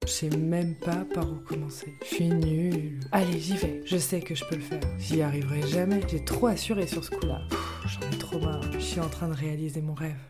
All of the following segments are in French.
sais même pas par où commencer. Je suis nulle. Allez, j'y vais. Je sais que je peux le faire. J'y arriverai jamais. J'ai trop assuré sur ce coup-là. J'en ai trop marre. Je suis en train de réaliser mon rêve.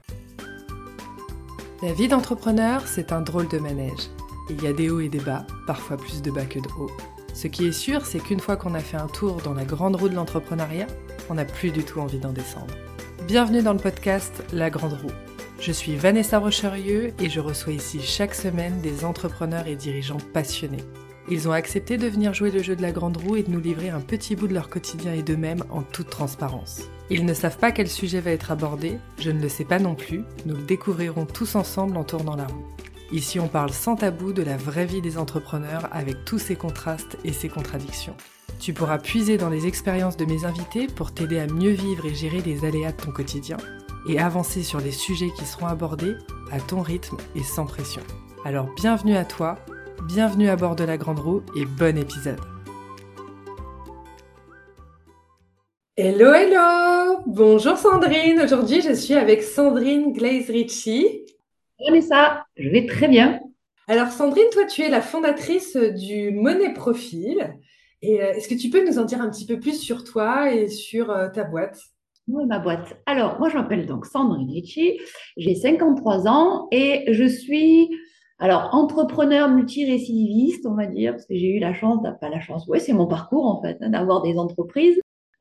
La vie d'entrepreneur, c'est un drôle de manège. Il y a des hauts et des bas, parfois plus de bas que de hauts. Ce qui est sûr, c'est qu'une fois qu'on a fait un tour dans la grande roue de l'entrepreneuriat, on n'a plus du tout envie d'en descendre. Bienvenue dans le podcast La Grande Roue. Je suis Vanessa Rocherieux et je reçois ici chaque semaine des entrepreneurs et dirigeants passionnés. Ils ont accepté de venir jouer le jeu de la Grande Roue et de nous livrer un petit bout de leur quotidien et d'eux-mêmes en toute transparence. Ils ne savent pas quel sujet va être abordé, je ne le sais pas non plus, nous le découvrirons tous ensemble en tournant la roue. Ici on parle sans tabou de la vraie vie des entrepreneurs avec tous ses contrastes et ses contradictions. Tu pourras puiser dans les expériences de mes invités pour t'aider à mieux vivre et gérer les aléas de ton quotidien et avancer sur les sujets qui seront abordés à ton rythme et sans pression. Alors bienvenue à toi, bienvenue à bord de la Grande Roue et bon épisode. Hello, hello! Bonjour Sandrine, aujourd'hui je suis avec Sandrine Glaise-Ritchie. Vanessa, je vais très bien. Alors Sandrine, toi tu es la fondatrice du Money Profil. Et est-ce que tu peux nous en dire un petit peu plus sur toi et sur ta boîte? Moi et ma boîte. Alors, moi, je m'appelle donc Sandrine Ricci, j'ai 53 ans et je suis entrepreneur multirécidiviste, on va dire, parce que j'ai eu la chance, pas la chance, ouais, c'est mon parcours en fait, hein, d'avoir des entreprises.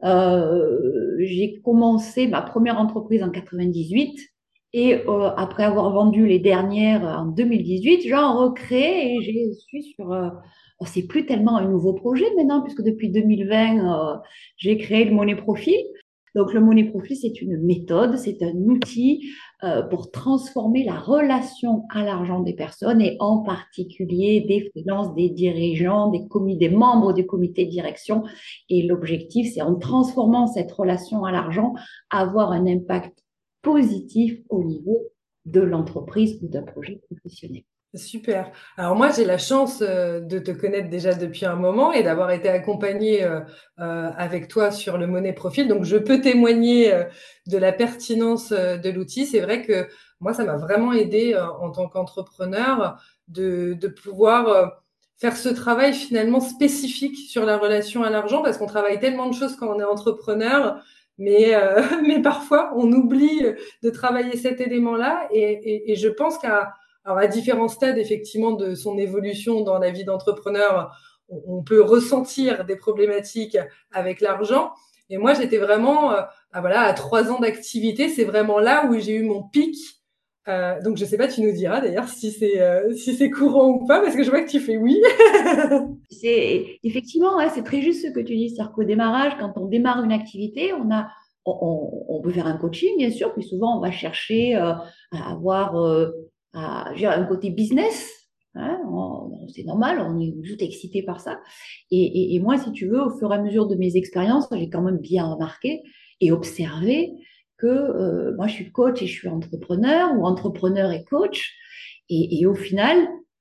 J'ai commencé ma première entreprise en 98 et après avoir vendu les dernières en 2018, j'en recrée et je suis sur... c'est plus tellement un nouveau projet maintenant, puisque depuis 2020, j'ai créé le Money Profil. Donc, le Money Profil, c'est une méthode, c'est un outil pour transformer la relation à l'argent des personnes et en particulier des freelances, des dirigeants, des membres du comité de direction. Et l'objectif, c'est en transformant cette relation à l'argent, avoir un impact positif au niveau de l'entreprise ou d'un projet professionnel. Super. Alors moi, j'ai la chance de te connaître déjà depuis un moment et d'avoir été accompagnée avec toi sur le Money Profil. Donc, je peux témoigner de la pertinence de l'outil. C'est vrai que moi, ça m'a vraiment aidé en tant qu'entrepreneur de pouvoir faire ce travail finalement spécifique sur la relation à l'argent parce qu'on travaille tellement de choses quand on est entrepreneur. Mais parfois, on oublie de travailler cet élément-là et je pense alors, à différents stades, effectivement, de son évolution dans la vie d'entrepreneur, on peut ressentir des problématiques avec l'argent. Et moi, j'étais vraiment, à 3 ans d'activité, c'est vraiment là où j'ai eu mon pic. Donc, je sais pas, tu nous diras d'ailleurs si c'est courant ou pas, parce que je vois que tu fais oui. C'est effectivement, ouais, c'est très juste ce que tu dis. C'est-à-dire qu'au démarrage, quand on démarre une activité, on peut faire un coaching, bien sûr, puis souvent on va chercher à avoir je veux dire, un côté business. Hein, c'est normal, on est tout excité par ça. Et moi, si tu veux, au fur et à mesure de mes expériences, j'ai quand même bien remarqué et observé que moi, je suis coach et je suis entrepreneur ou entrepreneur et coach. Et au final,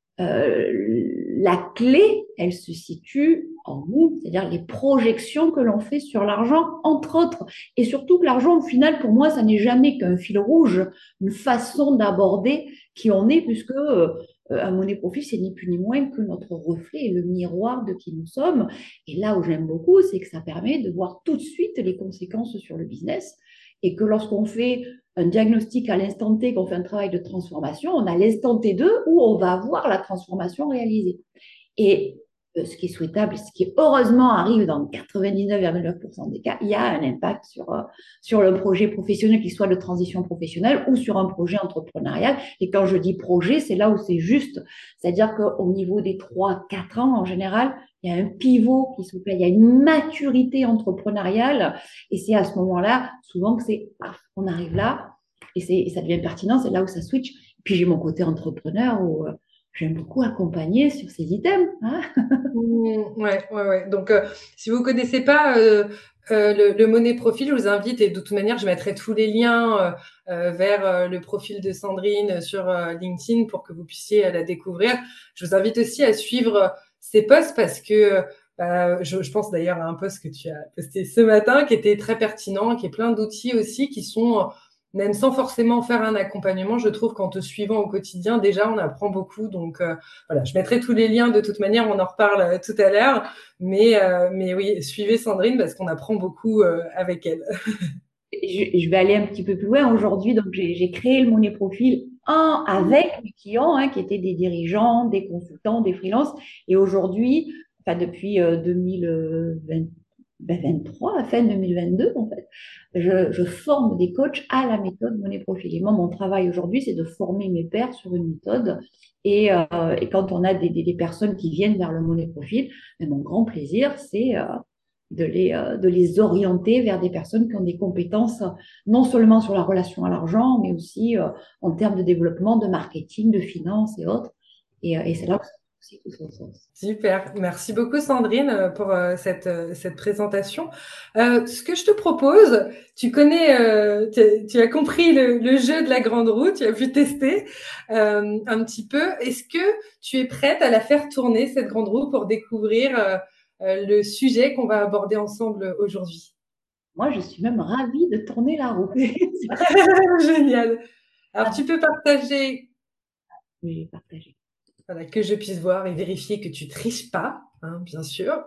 la clé, elle se situe en nous, c'est-à-dire les projections que l'on fait sur l'argent, entre autres. Et surtout que l'argent, au final, pour moi, ça n'est jamais qu'un fil rouge, une façon d'aborder qui on est, puisque un money profit, c'est ni plus ni moins que notre reflet et le miroir de qui nous sommes. Et là où j'aime beaucoup, c'est que ça permet de voir tout de suite les conséquences sur le business et que lorsqu'on fait un diagnostic à l'instant T, qu'on fait un travail de transformation, on a l'instant T2 où on va voir la transformation réalisée. Et ce qui est souhaitable, ce qui heureusement arrive dans 99,9% des cas, il y a un impact sur le projet professionnel, qu'il soit de transition professionnelle ou sur un projet entrepreneurial. Et quand je dis projet, c'est là où c'est juste. C'est-à-dire qu'au niveau des 3-4 ans, en général, il y a un pivot qui se fait, il y a une maturité entrepreneuriale. Et c'est à ce moment-là, souvent, que on arrive là et ça devient pertinent, c'est là où ça switch. Puis j'ai mon côté entrepreneur où j'aime beaucoup accompagner sur ces items. Hein. Ouais, ouais, ouais. Donc, si vous connaissez pas le Money Profil, je vous invite, et de toute manière, je mettrai tous les liens vers le profil de Sandrine sur LinkedIn pour que vous puissiez la découvrir. Je vous invite aussi à suivre ses posts parce que je pense d'ailleurs à un post que tu as posté ce matin qui était très pertinent, qui est plein d'outils aussi qui sont même sans forcément faire un accompagnement. Je trouve qu'en te suivant au quotidien, déjà, on apprend beaucoup. Donc, voilà, je mettrai tous les liens de toute manière, on en reparle tout à l'heure. Mais oui, suivez Sandrine parce qu'on apprend beaucoup avec elle. Je vais aller un petit peu plus loin aujourd'hui. Donc, j'ai créé le Money Profil avec mes clients, hein, qui étaient des dirigeants, des consultants, des freelances. Et aujourd'hui, enfin, depuis 2023, à fin 2022, en fait, je forme des coachs à la méthode Money Profil. Et moi, mon travail aujourd'hui, c'est de former mes pairs sur une méthode. Et quand on a des personnes qui viennent vers le Money Profil, ben, mon grand plaisir, c'est de les orienter vers des personnes qui ont des compétences non seulement sur la relation à l'argent, mais aussi en termes de développement, de marketing, de finance et autres. Et c'est là que c'est tout son sens. Super, merci beaucoup Sandrine pour cette présentation. Ce que je te propose, tu connais, tu as compris le jeu de la grande roue, tu as pu tester un petit peu. Est-ce que tu es prête à la faire tourner, cette grande roue, pour découvrir le sujet qu'on va aborder ensemble aujourd'hui? Moi, je suis même ravie de tourner la roue. Génial. Alors, tu peux partager, J'ai partagé. voilà, que je puisse voir et vérifier que tu triches pas, hein, bien sûr.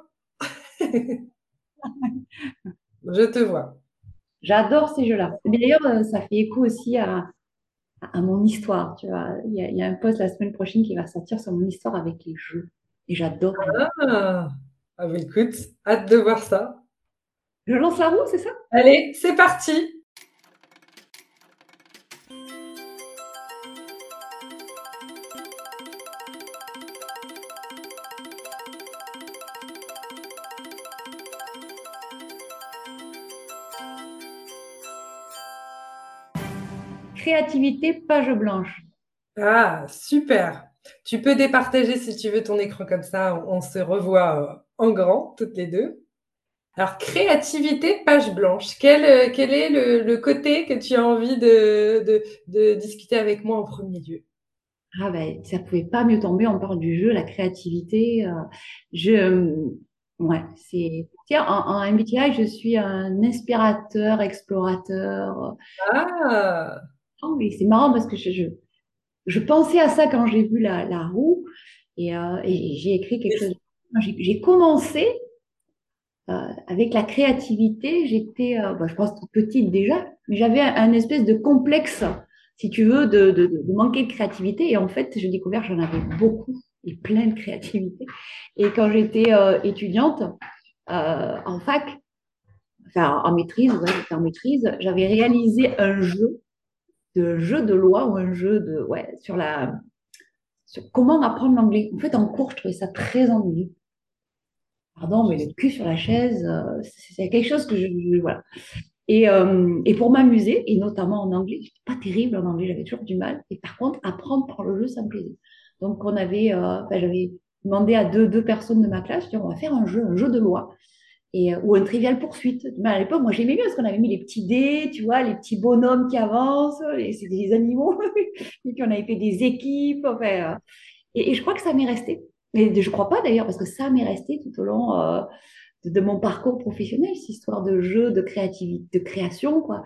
Je te vois. J'adore ces jeux-là. D'ailleurs, ça fait écho aussi à mon histoire. Tu vois, il y a un post la semaine prochaine qui va sortir sur mon histoire avec les jeux. Et j'adore les jeux. Ah, ah bah écoute, hâte de voir ça. Je lance la roue, c'est ça? Allez, c'est parti. Créativité, page blanche. Ah, super. Tu peux départager si tu veux ton écran comme ça, on se revoit en grand, toutes les deux. Alors, créativité, page blanche. Quel est le côté que tu as envie de discuter avec moi en premier lieu? Ah ben, ça pouvait pas mieux tomber. On parle du jeu, la créativité. Je, ouais, c'est. Tiens, en MBTI, je suis un inspirateur, explorateur. Ah, Oh, mais c'est marrant parce que je pensais à ça quand j'ai vu la roue et j'ai écrit quelque chose. J'ai commencé avec la créativité. J'étais, bah, je pense, toute petite déjà, mais j'avais un espèce de complexe, si tu veux, de manquer de créativité. Et en fait, j'ai découvert que j'en avais beaucoup et plein de créativité. Et quand j'étais étudiante en fac, enfin en maîtrise, ouais, j'étais en maîtrise, j'avais réalisé un jeu de loi ou un jeu de, ouais, sur comment apprendre l'anglais. En fait, en cours, je trouvais ça très ennuyeux. Pardon, mais le cul sur la chaise, c'est quelque chose que voilà. Et pour m'amuser, et notamment en anglais, j'étais pas terrible en anglais, j'avais toujours du mal. Et par contre, apprendre par le jeu, ça me plaisait. Donc, enfin, j'avais demandé à deux personnes de ma classe, je dis, on va faire un jeu de loi. Ou un trivial poursuite. Mais à l'époque, moi, j'aimais bien parce qu'on avait mis les petits dés, tu vois, les petits bonhommes qui avancent, et c'est des animaux, et puis on avait fait des équipes, enfin, et je crois que ça m'est resté. Mais je crois pas d'ailleurs, parce que ça m'est resté tout au long de mon parcours professionnel, cette histoire de jeu, de créativité, de création, quoi.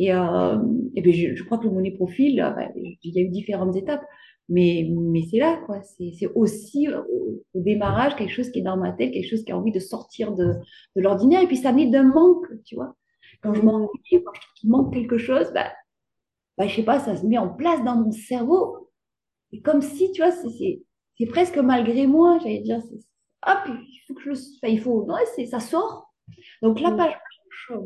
Et puis je crois que le Money Profil, ben, il y a eu différentes étapes, mais c'est là, quoi. C'est aussi au démarrage quelque chose qui est dans ma tête, quelque chose qui a envie de sortir de l'ordinaire. Et puis ça naît d'un manque, tu vois. Quand je m'ennuie, quand je trouve qu'il manque quelque chose, je sais pas, ça se met en place dans mon cerveau. Et comme si, tu vois, c'est presque malgré moi, j'allais dire, hop, il faut que enfin, il faut, non, ça sort. Donc la page blanche,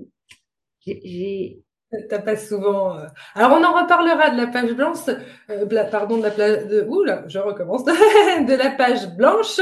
j'ai, t'as pas souvent. Alors, on en reparlera de la page blanche, pardon, de la page. Oula, je recommence. De la page blanche.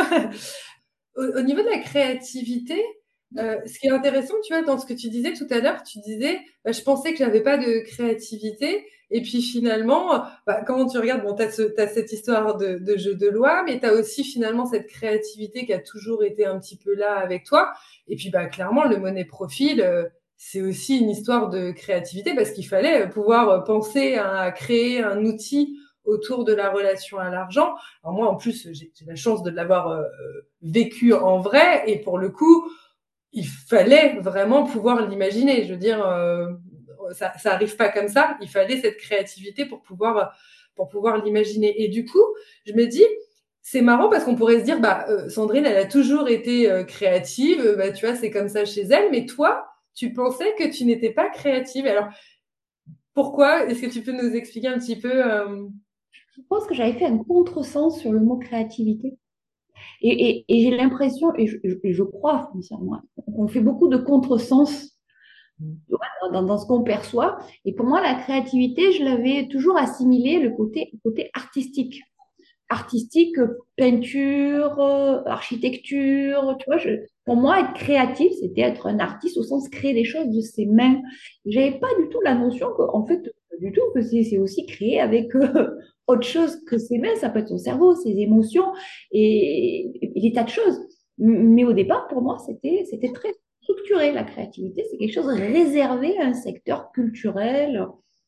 Au niveau de la créativité, ce qui est intéressant, tu vois, dans ce que tu disais tout à l'heure, tu disais, bah, je pensais que j'avais pas de créativité. Et puis finalement, bah, quand tu regardes, bon, t'as cette histoire de jeu de loi, mais t'as aussi finalement cette créativité qui a toujours été un petit peu là avec toi. Et puis, bah, clairement, le Money Profil, c'est aussi une histoire de créativité parce qu'il fallait pouvoir penser à créer un outil autour de la relation à l'argent. Alors moi, en plus, j'ai la chance de l'avoir vécu en vrai et pour le coup, il fallait vraiment pouvoir l'imaginer. Je veux dire, ça arrive pas comme ça. Il fallait cette créativité pour pouvoir l'imaginer. Et du coup, je me dis, c'est marrant parce qu'on pourrait se dire, bah, Sandrine, elle a toujours été créative, bah, tu vois, c'est comme ça chez elle, mais toi, tu pensais que tu n'étais pas créative. Alors, pourquoi? Est-ce que tu peux nous expliquer un petit peu Je pense que j'avais fait un contresens sur le mot créativité. Et j'ai l'impression, et je crois sincèrement, qu'on fait beaucoup de contresens dans ce qu'on perçoit. Et pour moi, la créativité, je l'avais toujours assimilé le côté artistique. Artistique, peinture, architecture, tu vois. Pour moi, être créatif, c'était être un artiste au sens créer des choses de ses mains. J'avais pas du tout la notion que, en fait, pas du tout, que c'est aussi créer avec autre chose que ses mains. Ça peut être son cerveau, ses émotions et des tas de choses. Mais au départ, pour moi, c'était très structuré. La créativité, c'est quelque chose réservé à un secteur culturel.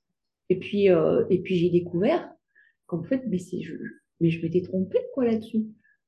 Et puis j'ai découvert qu'en fait, mais je m'étais trompée quoi là-dessus.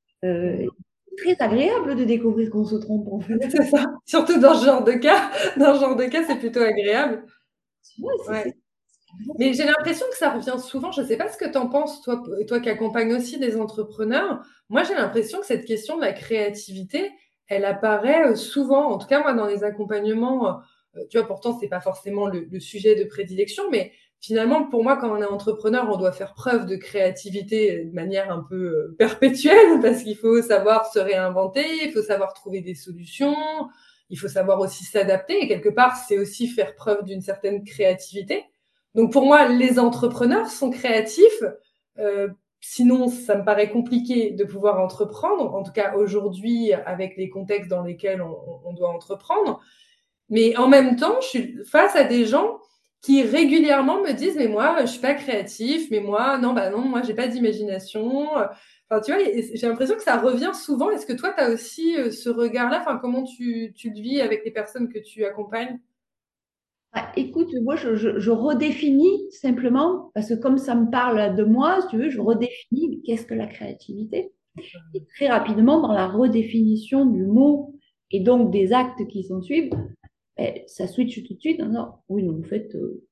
Très agréable de découvrir qu'on se trompe en fait. c'est ça. Surtout dans ce genre de cas. Dans ce genre de cas, c'est plutôt agréable. Ouais, Ouais. Mais j'ai l'impression que ça revient souvent. Je ne sais pas ce que tu en penses, toi qui accompagnes aussi des entrepreneurs. Moi, j'ai l'impression que cette question de la créativité, elle apparaît souvent, en tout cas moi dans les accompagnements, tu vois, pourtant c'est pas forcément le sujet de prédilection, mais finalement pour moi quand on est entrepreneur, on doit faire preuve de créativité de manière un peu perpétuelle parce qu'il faut savoir se réinventer, il faut savoir trouver des solutions, il faut savoir aussi s'adapter et quelque part c'est aussi faire preuve d'une certaine créativité. Donc pour moi, les entrepreneurs sont créatifs. Euh, Sinon, ça me paraît compliqué de pouvoir entreprendre, en tout cas aujourd'hui avec les contextes dans lesquels on doit entreprendre. Mais en même temps, je suis face à des gens qui régulièrement me disent mais moi je suis pas créatif, mais moi non bah non moi j'ai pas d'imagination. Enfin tu vois, j'ai l'impression que ça revient souvent. Est-ce que toi tu as aussi ce regard-là? Enfin comment tu le vis avec les personnes que tu accompagnes? Ah, écoute, moi je redéfinis simplement, parce que comme ça me parle de moi, si tu veux, je redéfinis qu'est-ce que la créativité. Et très rapidement, dans la redéfinition du mot et donc des actes qui s'en suivent, ça switch tout de suite en disant, oui, non, en fait,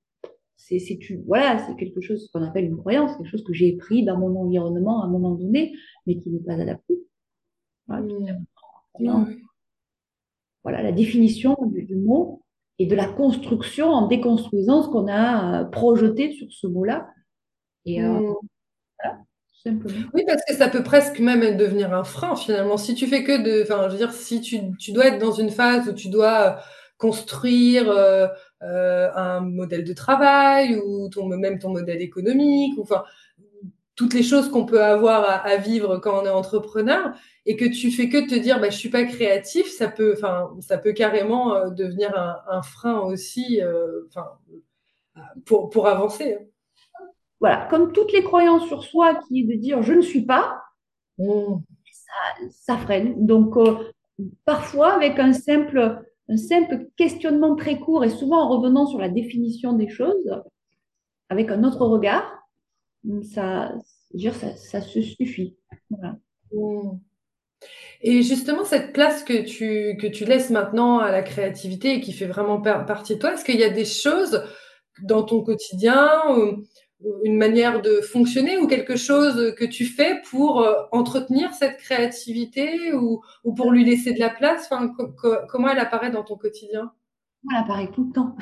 voilà, c'est quelque chose qu'on appelle une croyance, quelque chose que j'ai pris dans mon environnement à un moment donné, mais qui n'est pas adapté. Voilà, tout Mmh. simplement. Ouais. Voilà la définition du mot et de la construction en déconstruisant ce qu'on a projeté sur ce mot-là. Et Mmh. voilà, tout simplement. Oui, parce que ça peut presque même devenir un frein finalement. Si tu fais que enfin, je veux dire, si tu dois être dans une phase où tu dois construire un modèle de travail ou même ton modèle économique, ou enfin, toutes les choses qu'on peut avoir à vivre quand on est entrepreneur, et que tu fais que te dire, bah, je suis pas créatif, enfin, ça peut carrément devenir un frein aussi, enfin, pour avancer. Voilà, comme toutes les croyances sur soi qui est de dire je ne suis pas, Mmh. ça freine. Donc, parfois, avec un simple questionnement très court et souvent en revenant sur la définition des choses, avec un autre regard, ça, je veux dire, ça se suffit. Voilà. Mmh. Et justement, cette place que tu laisses maintenant à la créativité et qui fait vraiment partie de toi, est-ce qu'il y a des choses dans ton quotidien, une manière de fonctionner ou quelque chose que tu fais pour entretenir cette créativité ou pour lui laisser de la place? Enfin, comment elle apparaît dans ton quotidien? Voilà, pareil, tout le temps.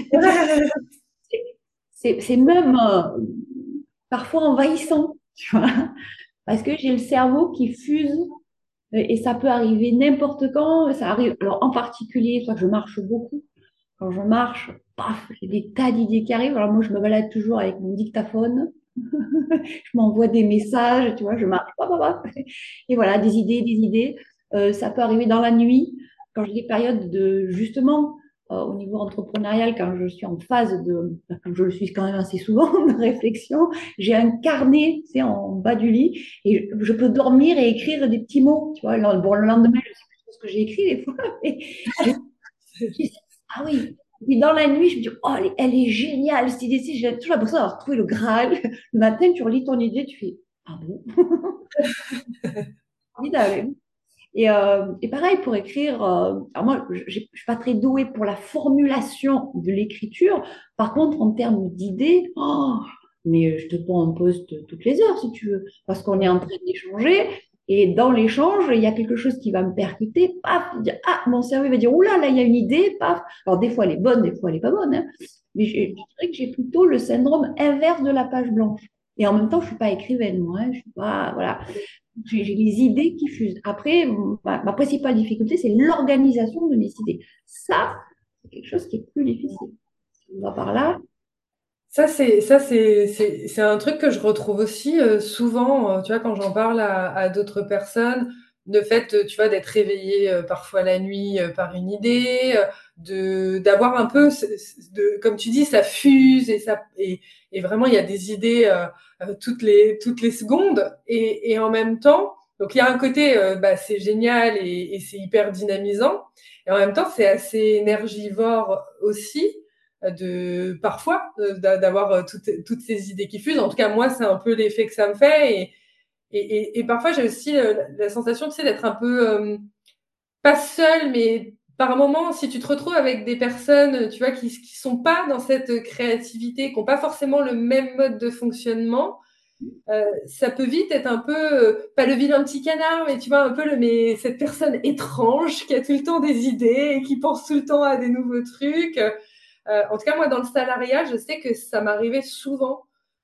C'est même parfois envahissant, tu vois, parce que j'ai le cerveau qui fuse et ça peut arriver n'importe quand. Ça arrive, alors en particulier, toi, je marche beaucoup. Quand je marche, paf, j'ai des tas d'idées qui arrivent. Alors moi, je me balade toujours avec mon dictaphone. Je m'envoie des messages, tu vois, je marche, paf, paf, paf. Et voilà, des idées, des idées. Ça peut arriver dans la nuit, quand j'ai des périodes de, justement, au niveau entrepreneurial, quand je suis en phase de, comme je le suis quand même assez souvent, de réflexion, j'ai un carnet, tu sais, en bas du lit, et je peux dormir et écrire des petits mots, tu vois. Alors, bon, le lendemain, je sais plus ce que j'ai écrit des fois, mais je ah oui. Et puis dans la nuit, je me dis, oh, elle est géniale cette idée-ci. J'ai toujours l'impression d'avoir trouvé le Graal. Le matin, tu relis ton idée, tu fais, ah bon? Formidable. Et pareil, pour écrire, alors moi, je ne suis pas très douée pour la formulation de l'écriture. Par contre, en termes d'idées, mais je te prends un poste toutes les heures, si tu veux, parce qu'on est en train d'échanger. Et dans l'échange, il y a quelque chose qui va me percuter, paf, mon cerveau va dire, oula, là, il y a une idée, paf. Alors, des fois, elle est bonne, des fois, elle n'est pas bonne, hein. Mais je dirais que j'ai plutôt le syndrome inverse de la page blanche. Et en même temps, je ne suis pas écrivaine, moi, hein, je suis pas, voilà. J'ai les idées qui fusent. Après, ma principale difficulté, c'est l'organisation de mes idées. Ça, c'est quelque chose qui est plus difficile. On va par là. Ça, c'est un truc que je retrouve aussi souvent, tu vois, quand j'en parle à d'autres personnes, le fait, tu vois, d'être réveillé parfois la nuit par une idée, d'avoir un peu, comme tu dis, ça fuse et vraiment il y a des idées toutes les secondes et en même temps, donc il y a un côté, bah, c'est génial et c'est hyper dynamisant et en même temps c'est assez énergivore aussi de parfois d'avoir toutes ces idées qui fusent. En tout cas, moi, c'est un peu l'effet que ça me fait. Et parfois, j'ai aussi la sensation, tu sais, d'être un peu pas seule, mais par moment, si tu te retrouves avec des personnes, tu vois, qui sont pas dans cette créativité, qui n'ont pas forcément le même mode de fonctionnement, ça peut vite être un peu, pas le vilain petit canard, mais tu vois, un peu mais cette personne étrange qui a tout le temps des idées et qui pense tout le temps à des nouveaux trucs. En tout cas, moi, dans le salariat, je sais que ça m'arrivait souvent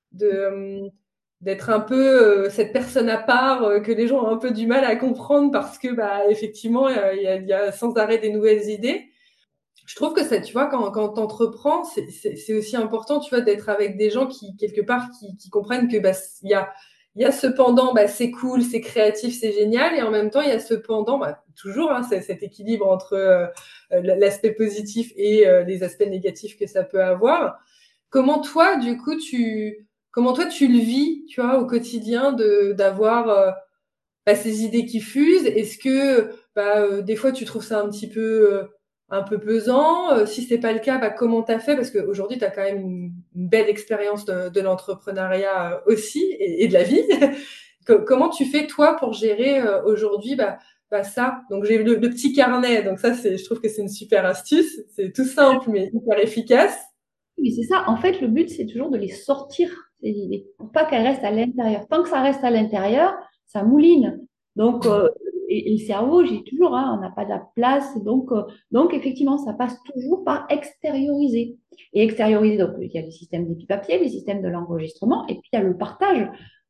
d'être un peu cette personne à part que les gens ont un peu du mal à comprendre parce que, bah, effectivement, il y a sans arrêt des nouvelles idées. Je trouve que ça, tu vois, quand tu entreprends, c'est aussi important, tu vois, d'être avec des gens qui, quelque part, qui comprennent que, bah, il y a cependant, bah, c'est cool, c'est créatif, c'est génial, et en même temps, il y a cependant, bah, toujours, hein, cet équilibre entre l'aspect positif et les aspects négatifs que ça peut avoir. Comment toi, du coup, comment toi, tu le vis, tu vois, au quotidien d'avoir bah, ces idées qui fusent? Est-ce que bah, des fois tu trouves ça un peu pesant? Si c'est pas le cas, bah, comment tu as fait? Parce qu'aujourd'hui, tu as quand même une belle expérience de l'entrepreneuriat aussi et de la vie. Comment tu fais toi pour gérer aujourd'hui ça? Donc j'ai le petit carnet, donc ça je trouve que c'est une super astuce. C'est tout simple mais hyper efficace. Mais c'est ça, en fait, le but, c'est toujours de les sortir, ces idées, pour pas qu'elles restent à l'intérieur. Tant que ça reste à l'intérieur, ça mouline. Donc, et le cerveau, j'ai toujours, hein, on n'a pas de la place. Donc, effectivement, ça passe toujours par extérioriser. Et extérioriser, donc, il y a les systèmes des papier, les systèmes de l'enregistrement, et puis il y a le partage.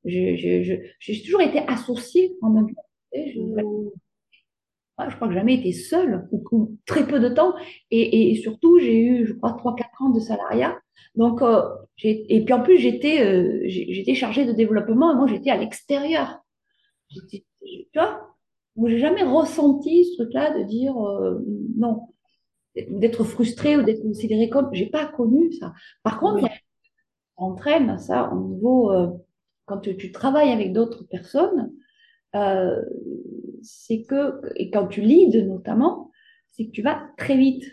J'ai toujours été associée en même temps. Mmh. Je crois que j'ai jamais été seule, ou très peu de temps. Et surtout, j'ai eu, je crois, 3 4 ans de salariat. Donc, et puis en plus, j'étais chargée de développement et moi, j'étais à l'extérieur. Tu vois, moi, j'ai jamais ressenti ce truc-là de dire non, d'être frustrée ou d'être considérée comme. J'ai pas connu ça. Par contre, Oui. ça entraîne ça au niveau, quand tu travailles avec d'autres personnes, euh, c'est que, et quand tu leads notamment, c'est que tu vas très vite.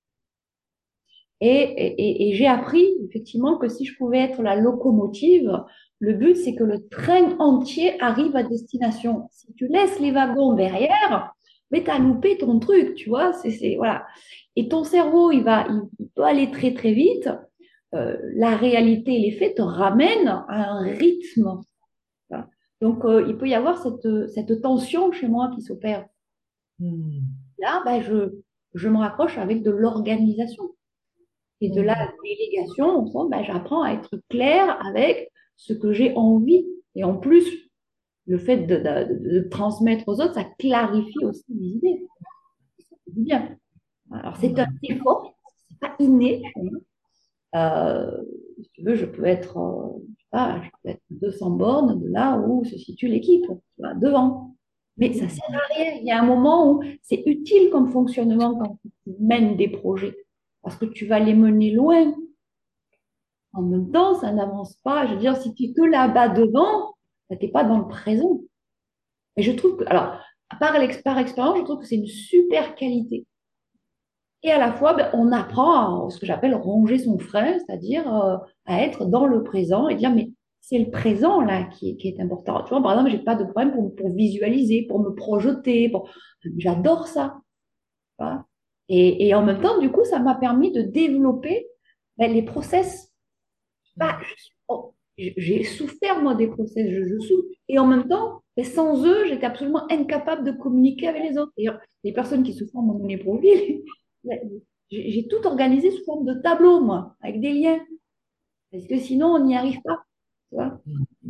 Et j'ai appris effectivement que si je pouvais être la locomotive, le but c'est que le train entier arrive à destination. Si tu laisses les wagons derrière, mais tu as loupé ton truc, tu vois. Voilà. Et ton cerveau, il peut aller très très vite. La réalité, les faits te ramènent à un rythme. Voilà. Donc, il peut y avoir cette tension chez moi qui s'opère. Mmh. Là, ben, je me raccroche avec de l'organisation et de la Mmh. délégation. En fond, ben, j'apprends à être claire avec ce que j'ai envie. Et en plus, le fait de transmettre aux autres, ça clarifie aussi mes idées. C'est bien. Alors, c'est un effort, c'est pas inné chez moi. Si tu veux, je sais pas, je peux être 200 bornes de là où se situe l'équipe, tu vois, devant. Mais ça sert à rien. Il y a un moment où c'est utile comme fonctionnement quand tu mènes des projets, parce que tu vas les mener loin. En même temps, ça n'avance pas. Je veux dire, si tu es que là-bas devant, tu n'es pas dans le présent. Et je trouve que, alors, par expérience, je trouve que c'est une super qualité. Et à la fois, ben, on apprend à ce que j'appelle ronger son frein, c'est-à-dire à être dans le présent et dire, mais c'est le présent là qui est important. Tu vois, par exemple, j'ai pas de problème pour visualiser, pour me projeter. J'adore ça. Tu vois. Et en même temps, du coup, ça m'a permis de développer les process. Bah, j'ai souffert, moi, des process, je souffre. Et en même temps, sans eux, j'étais absolument incapable de communiquer avec les autres. D'ailleurs, les personnes qui souffrent m'ont donné profil. J'ai tout organisé sous forme de tableau, moi, avec des liens. Parce que sinon, on n'y arrive pas. Tu vois.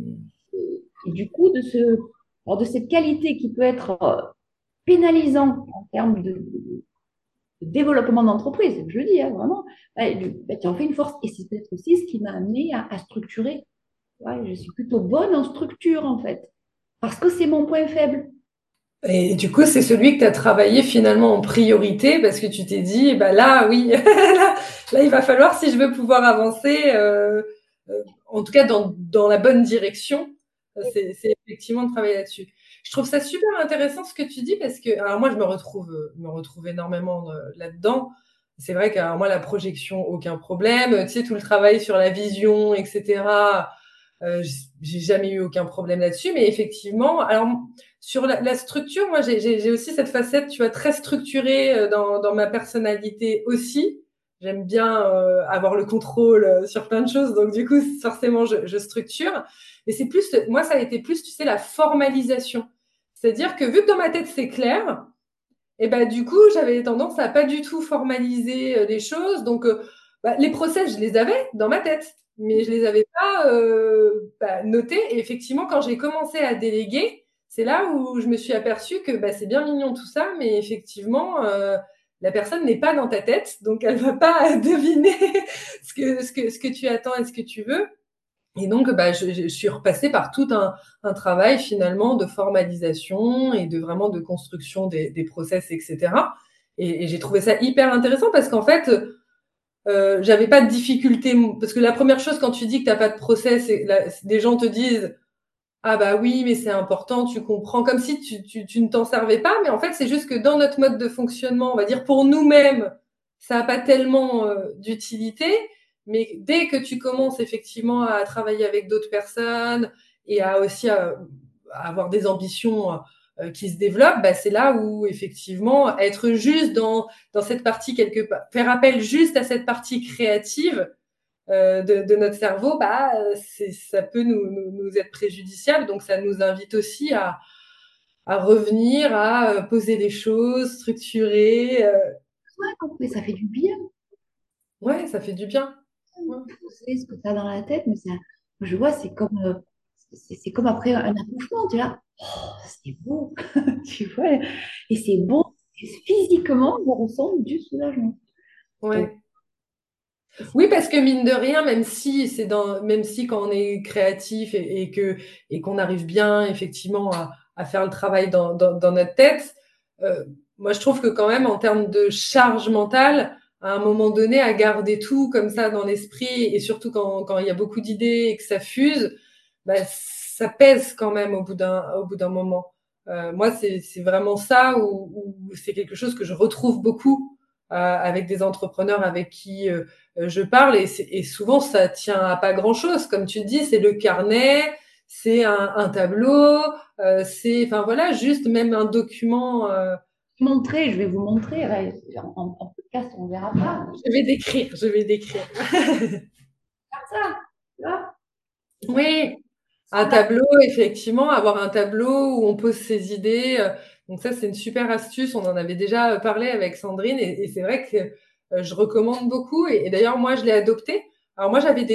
Et du coup, alors de cette qualité qui peut être pénalisante en termes de développement d'entreprise, je le dis, hein, vraiment, tu en fais une force. Et c'est peut-être aussi ce qui m'a amené à structurer. Ouais, je suis plutôt bonne en structure, en fait, parce que c'est mon point faible. Et du coup, c'est celui que tu as travaillé finalement en priorité parce que tu t'es dit, bah là, oui, là, il va falloir, si je veux pouvoir avancer, en tout cas dans la bonne direction, c'est effectivement de travailler là-dessus. Je trouve ça super intéressant ce que tu dis parce que, alors moi, me retrouve énormément là-dedans. C'est vrai que alors, moi, la projection, aucun problème. Tu sais, tout le travail sur la vision, etc. J'ai jamais eu aucun problème là-dessus, mais effectivement, alors sur la structure, moi j'ai aussi cette facette, tu vois, très structurée dans ma personnalité aussi. J'aime bien avoir le contrôle sur plein de choses, donc du coup forcément je structure. Mais c'est plus, moi ça a été plus, tu sais, la formalisation. C'est-à-dire que vu que dans ma tête c'est clair, et ben du coup j'avais tendance à pas du tout formaliser les choses. Donc les process je les avais dans ma tête, mais je les avais pas notés. Et effectivement quand j'ai commencé à déléguer, c'est là où je me suis aperçue que c'est bien mignon tout ça, mais effectivement la personne n'est pas dans ta tête, donc elle va pas deviner ce que tu attends et ce que tu veux. Et donc, je suis repassée par tout un travail finalement de formalisation et de vraiment de construction des process, etc. Et j'ai trouvé ça hyper intéressant parce qu'en fait, j'avais pas de difficulté. Parce que la première chose quand tu dis que t'as pas de process, des gens te disent ah bah oui, mais c'est important, tu comprends, comme si tu ne t'en servais pas. Mais en fait, c'est juste que dans notre mode de fonctionnement, on va dire pour nous-mêmes, ça n'a pas tellement d'utilité. Mais dès que tu commences effectivement à travailler avec d'autres personnes et à aussi à avoir des ambitions qui se développent, c'est là où effectivement être juste dans cette partie quelque part, faire appel juste à cette partie créative de notre cerveau, ça peut nous être préjudiciable. Donc, ça nous invite aussi à revenir, à poser les choses, structurer. Ouais, ça fait du bien. Ouais, ça fait du bien. Ouais. C'est ce que tu as dans la tête, mais ça, je vois, c'est comme après un accouchement, tu es là, oh, c'est beau, tu vois, et c'est bon, et physiquement, on ressent du soulagement. Donc, Ouais. Oui, parce que mine de rien, même si quand on est créatif et qu'on arrive bien effectivement à faire le travail dans notre tête, moi je trouve que quand même en termes de charge mentale, à un moment donné, à garder tout comme ça dans l'esprit et surtout quand il y a beaucoup d'idées et que ça fuse, ça pèse quand même au bout d'un moment. Moi, c'est vraiment ça où c'est quelque chose que je retrouve beaucoup avec des entrepreneurs avec qui je parle et souvent ça tient à pas grand-chose. Comme tu dis, c'est le carnet, c'est un tableau, c'est, enfin voilà, juste même un document. montrer, je vais vous montrer, là, en podcast, on verra pas. Je vais décrire. Comme ça, tu vois, Oui, un là, tableau, effectivement, avoir un tableau où on pose ses idées. Donc ça, c'est une super astuce. On en avait déjà parlé avec Sandrine et c'est vrai que je recommande beaucoup. Et d'ailleurs, moi, je l'ai adopté. Alors moi,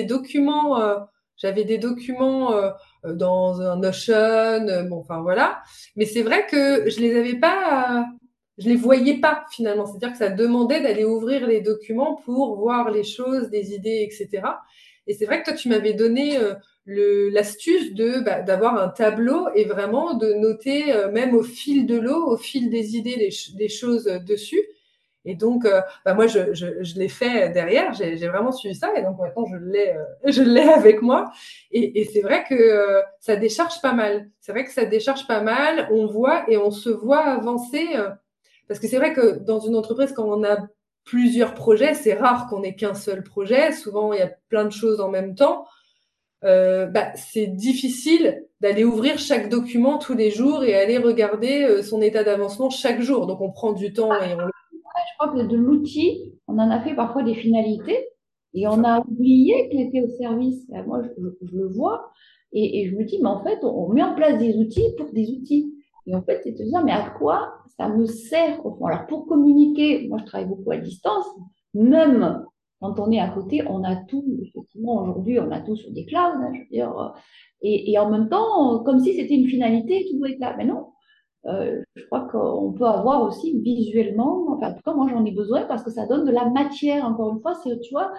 j'avais des documents dans un Notion. Bon, enfin voilà. Mais c'est vrai que je les avais pas, je les voyais pas finalement. C'est-à-dire que ça demandait d'aller ouvrir les documents pour voir les choses, des idées, etc. Et c'est vrai que toi, tu m'avais donné l'astuce d'avoir un tableau et vraiment de noter même au fil de l'eau, au fil des idées, des choses dessus. Et donc, moi, je l'ai fait derrière, j'ai vraiment suivi ça, et donc maintenant, je l'ai avec moi. Et c'est vrai que ça décharge pas mal. C'est vrai que ça décharge pas mal, on voit et on se voit avancer. Parce que c'est vrai que dans une entreprise, quand on a plusieurs projets, c'est rare qu'on ait qu'un seul projet. Souvent, il y a plein de choses en même temps. c'est difficile d'aller ouvrir chaque document tous les jours et aller regarder son état d'avancement chaque jour. Donc, on prend du temps et on le Je crois que de l'outil, on en a fait parfois des finalités et on fait. a oublié qu'il était au service. Moi, je le vois et je me dis, mais en fait, on met en place des outils pour des outils. Et en fait, c'est de se dire, mais à quoi ça me sert au fond? Alors, pour communiquer, moi, je travaille beaucoup à distance, même quand on est à côté, on a tout, effectivement, aujourd'hui, on a tout sur des clouds, hein, je veux dire. Et en même temps, comme si c'était une finalité, tout doit être là. Mais non, je crois qu'on peut avoir aussi visuellement, enfin, en tout cas, moi j'en ai besoin parce que ça donne de la matière. Encore une fois, c'est, tu vois,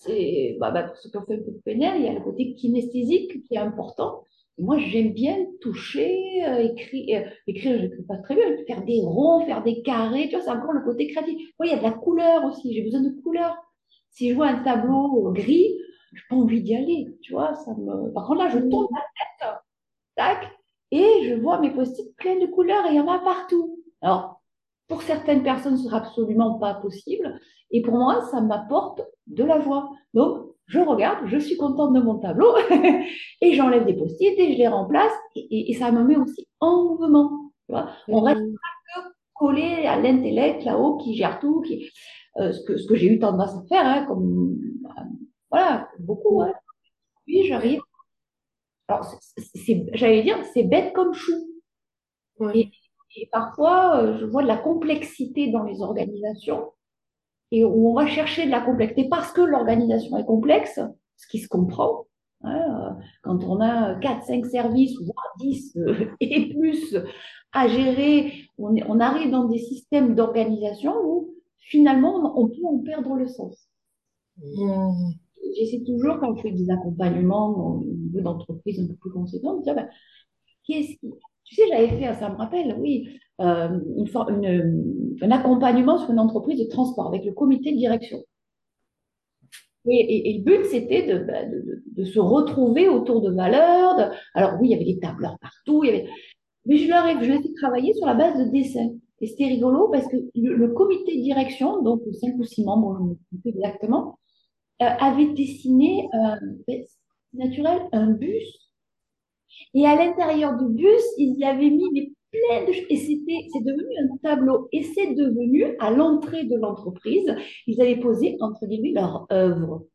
pour ceux qui ont fait un peu de PNL, il y a le côté kinesthésique qui est important. Et moi, j'aime bien toucher, écrire, je n'écris pas très bien, faire des ronds, faire des carrés, tu vois, c'est encore le côté créatif. Moi, il y a de la couleur aussi, j'ai besoin de couleur. Si je vois un tableau gris, je n'ai pas envie d'y aller, tu vois, ça me... Par contre, là, je tourne la tête, tac, et je vois mes post-it pleins de couleurs et il y en a partout. Alors, pour certaines personnes, ce sera absolument pas possible. Et pour moi, ça m'apporte de la joie. Donc, je regarde, je suis contente de mon tableau et j'enlève des post-it et je les remplace et ça me met aussi en mouvement. Tu vois, on reste Mm. collé à l'intellect là-haut qui gère tout, ce que j'ai eu tendance à faire, hein, comme voilà, beaucoup. Hein. Puis j'arrive. Alors, j'allais dire, c'est bête comme chou. Et, Ouais. et parfois, je vois de la complexité dans les organisations et où on va chercher de la complexité parce que l'organisation est complexe, ce qui se comprend. Hein, quand on a 4 5 services, voire 10 et plus à gérer, on arrive dans des systèmes d'organisation où finalement on peut en perdre le sens. Mm. J'essaie toujours, quand je fais des accompagnements au niveau d'entreprise un peu plus conséquentes, de dire, ben, qu'est-ce qui... Tu sais, j'avais fait, ça me rappelle, oui, un accompagnement sur une entreprise de transport avec le comité de direction. Et le but, c'était de se retrouver autour de valeurs. Alors oui, il y avait des tableurs partout, mais je les ai travaillé sur la base de dessins. Et c'était rigolo parce que le comité de direction, donc 5 ou 6 membres, je ne sais plus exactement, avait dessiné, naturel, un bus et à l'intérieur du bus, ils y avaient mis plein de choses. Et c'est devenu un tableau. Et c'est devenu, à l'entrée de l'entreprise, ils avaient posé, entre guillemets, leur œuvre.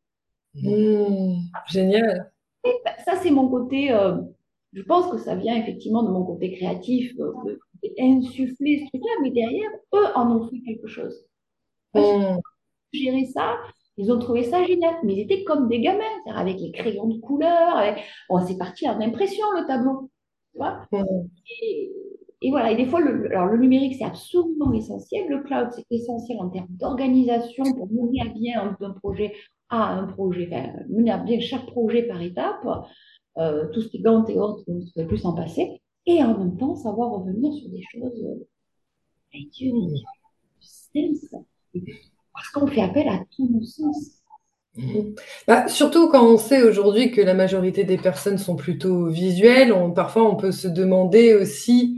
Génial. Ben, ça, c'est mon côté, je pense que ça vient effectivement de mon côté créatif, insuffler ce truc-là, mais derrière, eux en ont fait quelque chose. Moi, j'ai Mm. géré ça, ils ont trouvé ça génial, mais ils étaient comme des gamins, c'est-à-dire avec les crayons de couleur, bon, c'est parti en impression, le tableau. Tu vois. Mm. Et, et voilà, et des fois, alors le numérique, c'est absolument essentiel. Le cloud, c'est essentiel en termes d'organisation pour mener à bien un projet à un projet, enfin, mener à bien chaque projet par étape, tout ce qui est Gantt et autres, on ne serait plus s'en passer. Et en même temps, savoir revenir sur des choses intuitives, du sens, parce qu'on fait appel à tous nos sens. Mm. Surtout quand on sait aujourd'hui que la majorité des personnes sont plutôt visuelles, parfois on peut se demander aussi,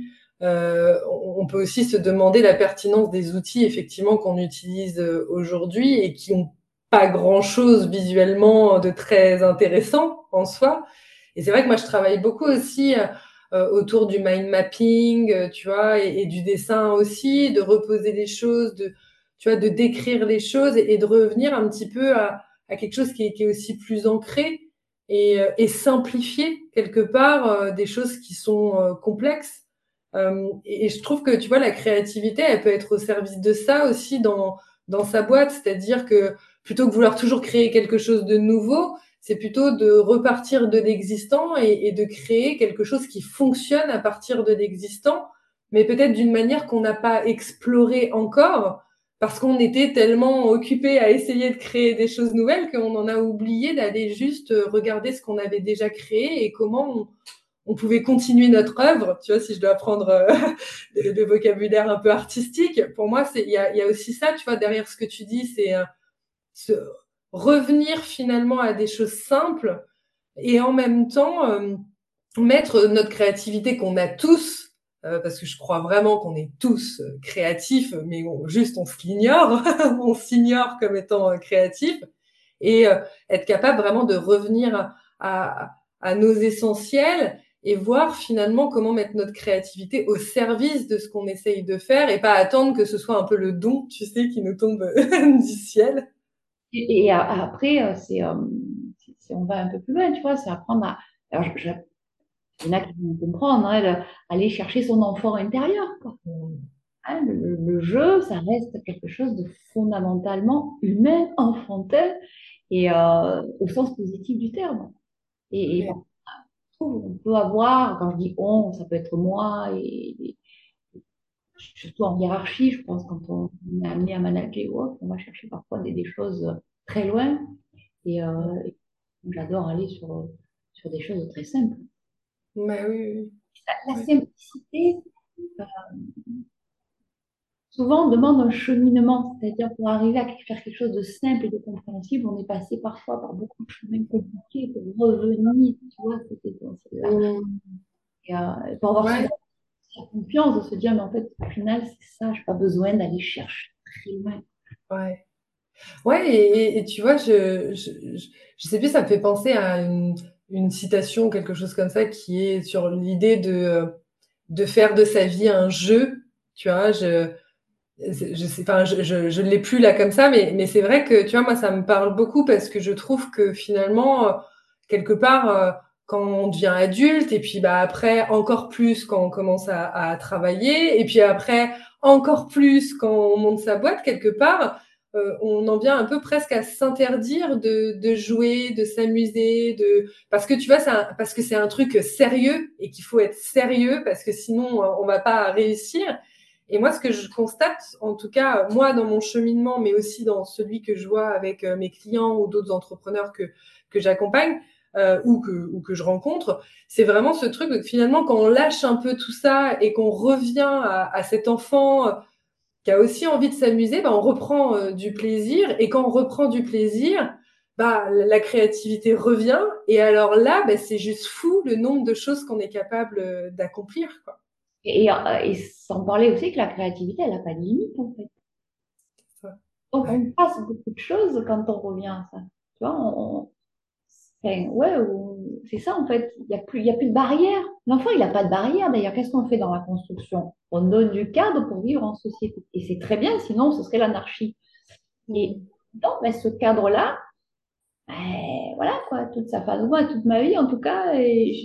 on peut aussi se demander la pertinence des outils effectivement qu'on utilise aujourd'hui et qui ont pas grand-chose visuellement de très intéressant en soi. Et c'est vrai que moi je travaille beaucoup aussi autour du mind mapping, tu vois, et du dessin aussi, de reposer les choses, tu vois, de décrire les choses et de revenir un petit peu à quelque chose qui est aussi plus ancré et simplifié quelque part des choses qui sont complexes. Et je trouve que tu vois la créativité, elle peut être au service de ça aussi dans sa boîte, c'est-à-dire que plutôt que vouloir toujours créer quelque chose de nouveau, c'est plutôt de repartir de l'existant et de créer quelque chose qui fonctionne à partir de l'existant, mais peut-être d'une manière qu'on n'a pas explorée encore parce qu'on était tellement occupé à essayer de créer des choses nouvelles qu'on en a oublié d'aller juste regarder ce qu'on avait déjà créé et comment on pouvait continuer notre œuvre. Tu vois, si je dois prendre le vocabulaire un peu artistique, pour moi, il y a aussi ça, tu vois, derrière ce que tu dis, c'est se revenir finalement à des choses simples et en même temps mettre notre créativité qu'on a tous, parce que je crois vraiment qu'on est tous créatifs, mais juste on se l'ignore, on s'ignore comme étant créatif, et être capable vraiment de revenir à nos essentiels et voir finalement comment mettre notre créativité au service de ce qu'on essaye de faire et pas attendre que ce soit un peu le don, tu sais, qui nous tombe du ciel. Après, on va un peu plus loin, tu vois, c'est apprendre à. Alors, il y en a qui vont comprendre, hein, aller chercher son enfant intérieur, quoi. Hein, le jeu, ça reste quelque chose de fondamentalement humain, enfantin, et au sens positif du terme. Et Ouais. bon, je trouve on peut avoir, quand je dis on, ça peut être moi, et surtout en hiérarchie, je pense, quand on est amené à manager ou autre, on va chercher parfois des choses très loin. Et j'adore aller sur des choses très simples. Bah oui, La oui. simplicité, euh, souvent, on demande un cheminement, c'est-à-dire pour arriver à faire quelque chose de simple et de compréhensible, on est passé parfois par beaucoup de chemins compliqués pour revenir, tu vois, cet essentiel-là. Mm. Et pour avoir Ouais, souvent la confiance de se dire, mais en fait, au final, c'est ça, je n'ai pas besoin d'aller chercher très loin. ouais. Ouais, et tu vois, je sais plus, ça me fait penser à une citation, quelque chose comme ça, qui est sur l'idée de faire de sa vie un jeu. Tu vois, je sais, enfin, je ne l'ai plus là comme ça, mais c'est vrai que, tu vois, moi, ça me parle beaucoup parce que je trouve que finalement, quelque part, quand on devient adulte, et puis bah, après, encore plus quand on commence à travailler, et puis après, encore plus quand on monte sa boîte, quelque part, on en vient un peu presque à s'interdire de jouer, de s'amuser, parce que tu vois, parce que c'est un truc sérieux et qu'il faut être sérieux parce que sinon, on va pas réussir. Et moi, ce que je constate, en tout cas, moi, dans mon cheminement, mais aussi dans celui que je vois avec mes clients ou d'autres entrepreneurs que j'accompagne ou que je rencontre, c'est vraiment ce truc que finalement, quand on lâche un peu tout ça et qu'on revient à cet enfant qui a aussi envie de s'amuser, bah, on reprend du plaisir. Et quand on reprend du plaisir, bah, la créativité revient. Et alors là, bah, c'est juste fou le nombre de choses qu'on est capable d'accomplir, quoi. Et sans parler aussi que la créativité, elle n'a pas de limite, en fait. Ça. Donc, Ouais. on passe beaucoup de choses quand on revient à ça. Tu vois, enfin, ouais, c'est ça, en fait. Il y a plus de barrière. L'enfant, il n'a pas de barrière. D'ailleurs, qu'est-ce qu'on fait dans la construction? On donne du cadre pour vivre en société. Et c'est très bien, sinon, ce serait l'anarchie. Et Mm. donc, ben, ce cadre-là, ben, voilà, quoi, toute sa phase, moi, toute ma vie, en tout cas, et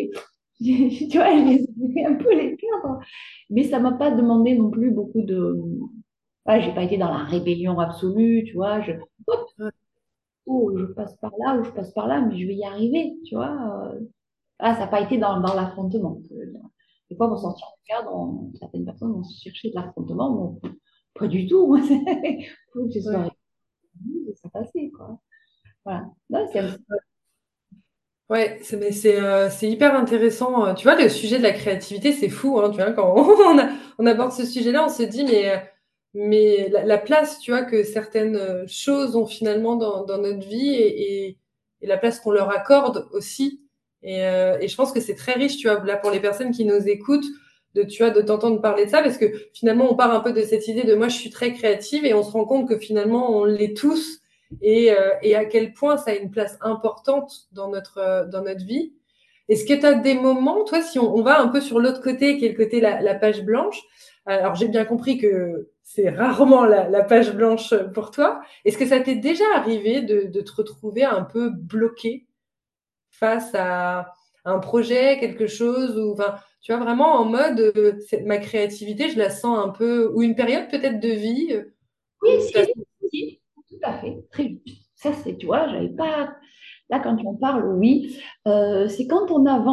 tu vois, j'ai un peu les cadres. Mais ça m'a pas demandé non plus beaucoup de. Ouais, j'ai pas été dans la rébellion absolue, tu vois. Hop, Ouais. oh, je passe par là ou je passe par là, mais je vais y arriver, tu vois. Ah, ça n'a pas été dans l'affrontement. Des fois, pour sortir du cadre, certaines personnes vont chercher de l'affrontement. Bon, pas du tout. Moi, faut que je sois Ouais. réunie et ça passait, quoi. Voilà. Non, c'est un petit Ouais, c'est hyper intéressant. Tu vois, le sujet de la créativité, c'est fou, hein, tu vois, quand on aborde ce sujet-là, on se dit, mais la place, tu vois, que certaines choses ont finalement dans notre vie et la place qu'on leur accorde aussi. Et je pense que c'est très riche, tu vois, là, pour les personnes qui nous écoutent, tu vois, de t'entendre parler de ça, parce que finalement, on part un peu de cette idée de moi, je suis très créative, et on se rend compte que finalement, on l'est tous et à quel point ça a une place importante dans notre vie. Est-ce que tu as des moments, toi, si on va un peu sur l'autre côté, qui est le côté la page blanche, alors j'ai bien compris que c'est rarement la page blanche pour toi. Est-ce que ça t'est déjà arrivé de te retrouver un peu bloqué face à un projet, quelque chose, ou enfin, tu vois, vraiment en mode, ma créativité, je la sens un peu, ou une période peut-être de vie Oui, où tu as... si, tout à fait, très juste. Ça, c'est, tu vois, j'avais pas. Là, quand on parle, oui, c'est quand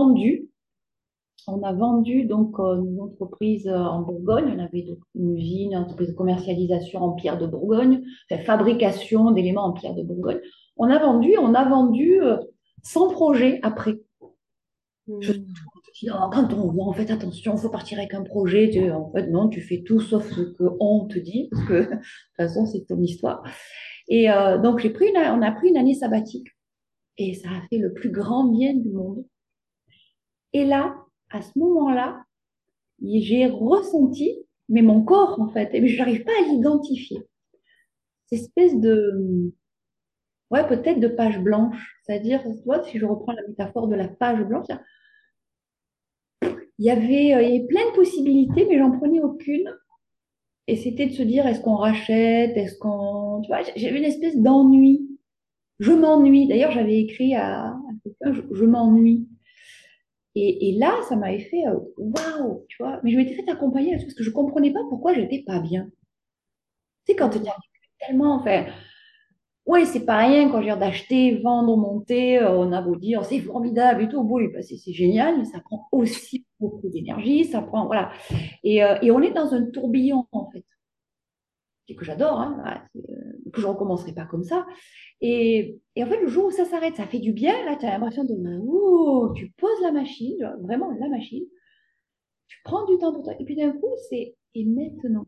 on a vendu donc une entreprise en Bourgogne. On avait donc une usine, une entreprise de commercialisation en pierre de Bourgogne, enfin, fabrication d'éléments en pierre de Bourgogne. On a vendu 100 projets après. Je Hmm. dis, non, quand on voit, en fait, attention, il faut partir avec un projet. En fait, non, tu fais tout sauf ce qu'on te dit, parce que de toute façon, c'est ton histoire. Et donc, on a pris une année sabbatique et ça a fait le plus grand bien du monde. Et là, à ce moment-là, j'ai ressenti, mais mon corps, en fait, et je n'arrive pas à l'identifier, cette espèce de ouais, peut-être de page blanche. C'est-à-dire, tu vois, si je reprends la métaphore de la page blanche, il y avait plein de possibilités, mais j'en prenais aucune. Et c'était de se dire, est-ce qu'on rachète, est-ce qu'on... Tu vois, j'avais une espèce d'ennui. Je m'ennuie. D'ailleurs, j'avais écrit à quelqu'un, je m'ennuie. Et là, ça m'avait fait waouh, tu vois. Mais je m'étais fait accompagner là-dessus parce que je comprenais pas pourquoi j'étais pas bien. Tu sais, quand tu es tellement, enfin, ouais, c'est pas rien quand je viens d'acheter, vendre, monter, on a beau dire c'est formidable et tout, bon, c'est génial, mais ça prend aussi beaucoup d'énergie, ça prend, voilà. Et on est dans un tourbillon, en fait, et que j'adore, hein, voilà, que je recommencerai pas comme ça. Et en fait, le jour où ça s'arrête, ça fait du bien, là, tu as l'impression de, ouh, tu poses la machine, vraiment la machine, tu prends du temps pour toi, et puis d'un coup, c'est, et maintenant,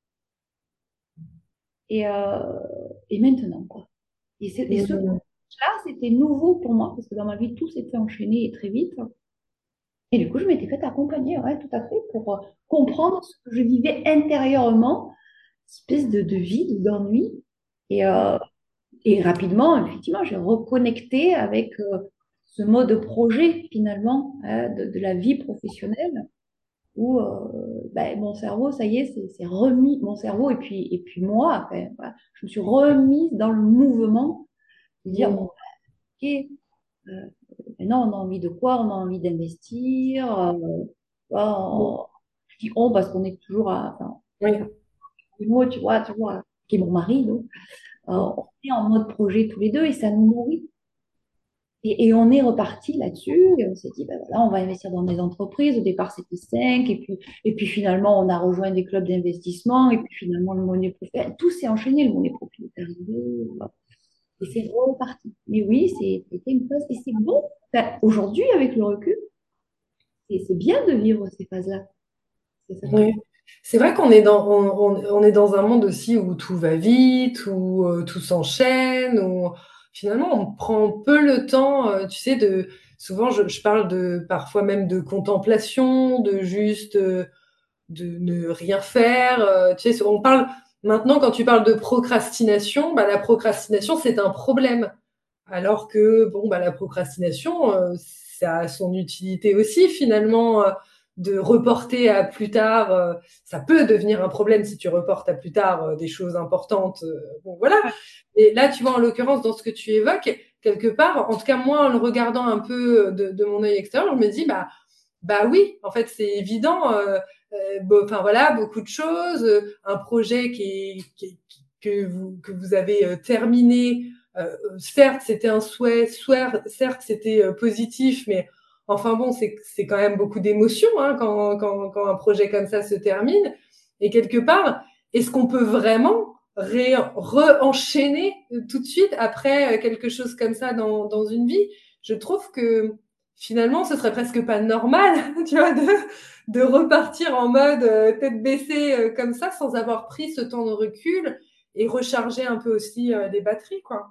et, euh, et maintenant, quoi. Et ce Mhm. là, c'était nouveau pour moi, parce que dans ma vie, tout s'était enchaîné et très vite. Et du coup, je m'étais fait accompagner, ouais, tout à fait, pour comprendre ce que je vivais intérieurement, espèce de vide ou d'ennui. Et, euh, et rapidement, effectivement, j'ai reconnecté avec ce mode projet, finalement, hein, de la vie professionnelle, où ben, mon cerveau, ça y est, c'est remis, mon cerveau, et puis moi, enfin, voilà, je me suis remise dans le mouvement, de dire, bon, Mhm. ok, euh, maintenant, on a envie de quoi? On a envie d'investir. Je dis on parce qu'on est toujours enfin, Oui. moi, tu vois, toujours qui est mon mari, donc on est en mode projet tous les deux et ça nous nourrit. Et on est reparti là-dessus et on s'est dit, ben voilà, on va investir dans des entreprises. Au départ, c'était 5 et puis finalement, on a rejoint des clubs d'investissement et puis finalement, le money profit, tout s'est enchaîné, le money profit est arrivé. Voilà. Et c'est reparti. Mais oui, c'était une phase et c'est bon. Enfin, aujourd'hui, avec le recul, c'est bien de vivre ces phases-là. C'est ça. Oui. C'est vrai qu'on est on est dans un monde aussi où tout va vite, où tout s'enchaîne, où finalement on prend peu le temps, tu sais, souvent je parle parfois même de contemplation, de juste de ne rien faire. Tu sais, on parle maintenant quand tu parles de procrastination, bah, la procrastination c'est un problème. Alors que bon, bah, la procrastination, ça a son utilité aussi finalement, de reporter à plus tard. Ça peut devenir un problème si tu reportes à plus tard des choses importantes. Bon, voilà. Et là, tu vois, en l'occurrence, dans ce que tu évoques, quelque part, en tout cas moi, en le regardant un peu de mon œil extérieur, je me dis, bah oui, en fait, c'est évident. Enfin voilà, beaucoup de choses. Un projet que vous avez terminé. Certes, c'était un souhait, certes, c'était positif, mais enfin bon, c'est quand même beaucoup d'émotions hein, quand un projet comme ça se termine. Et quelque part, est-ce qu'on peut vraiment re-enchaîner tout de suite après quelque chose comme ça dans une vie? Je trouve que finalement, ce serait presque pas normal, tu vois, de repartir en mode tête baissée comme ça, sans avoir pris ce temps de recul et recharger un peu aussi les batteries, quoi.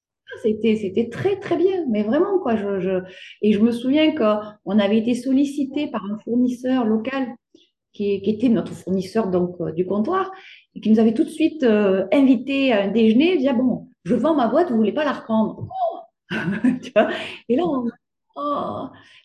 C'était très, très bien, mais vraiment, quoi. Et je me souviens qu'on avait été sollicité par un fournisseur local qui était notre fournisseur donc, du comptoir et qui nous avait tout de suite invité à un déjeuner. Il disait, ah bon, je vends ma boîte, vous voulez pas la reprendre? Tu vois. Et là, oh.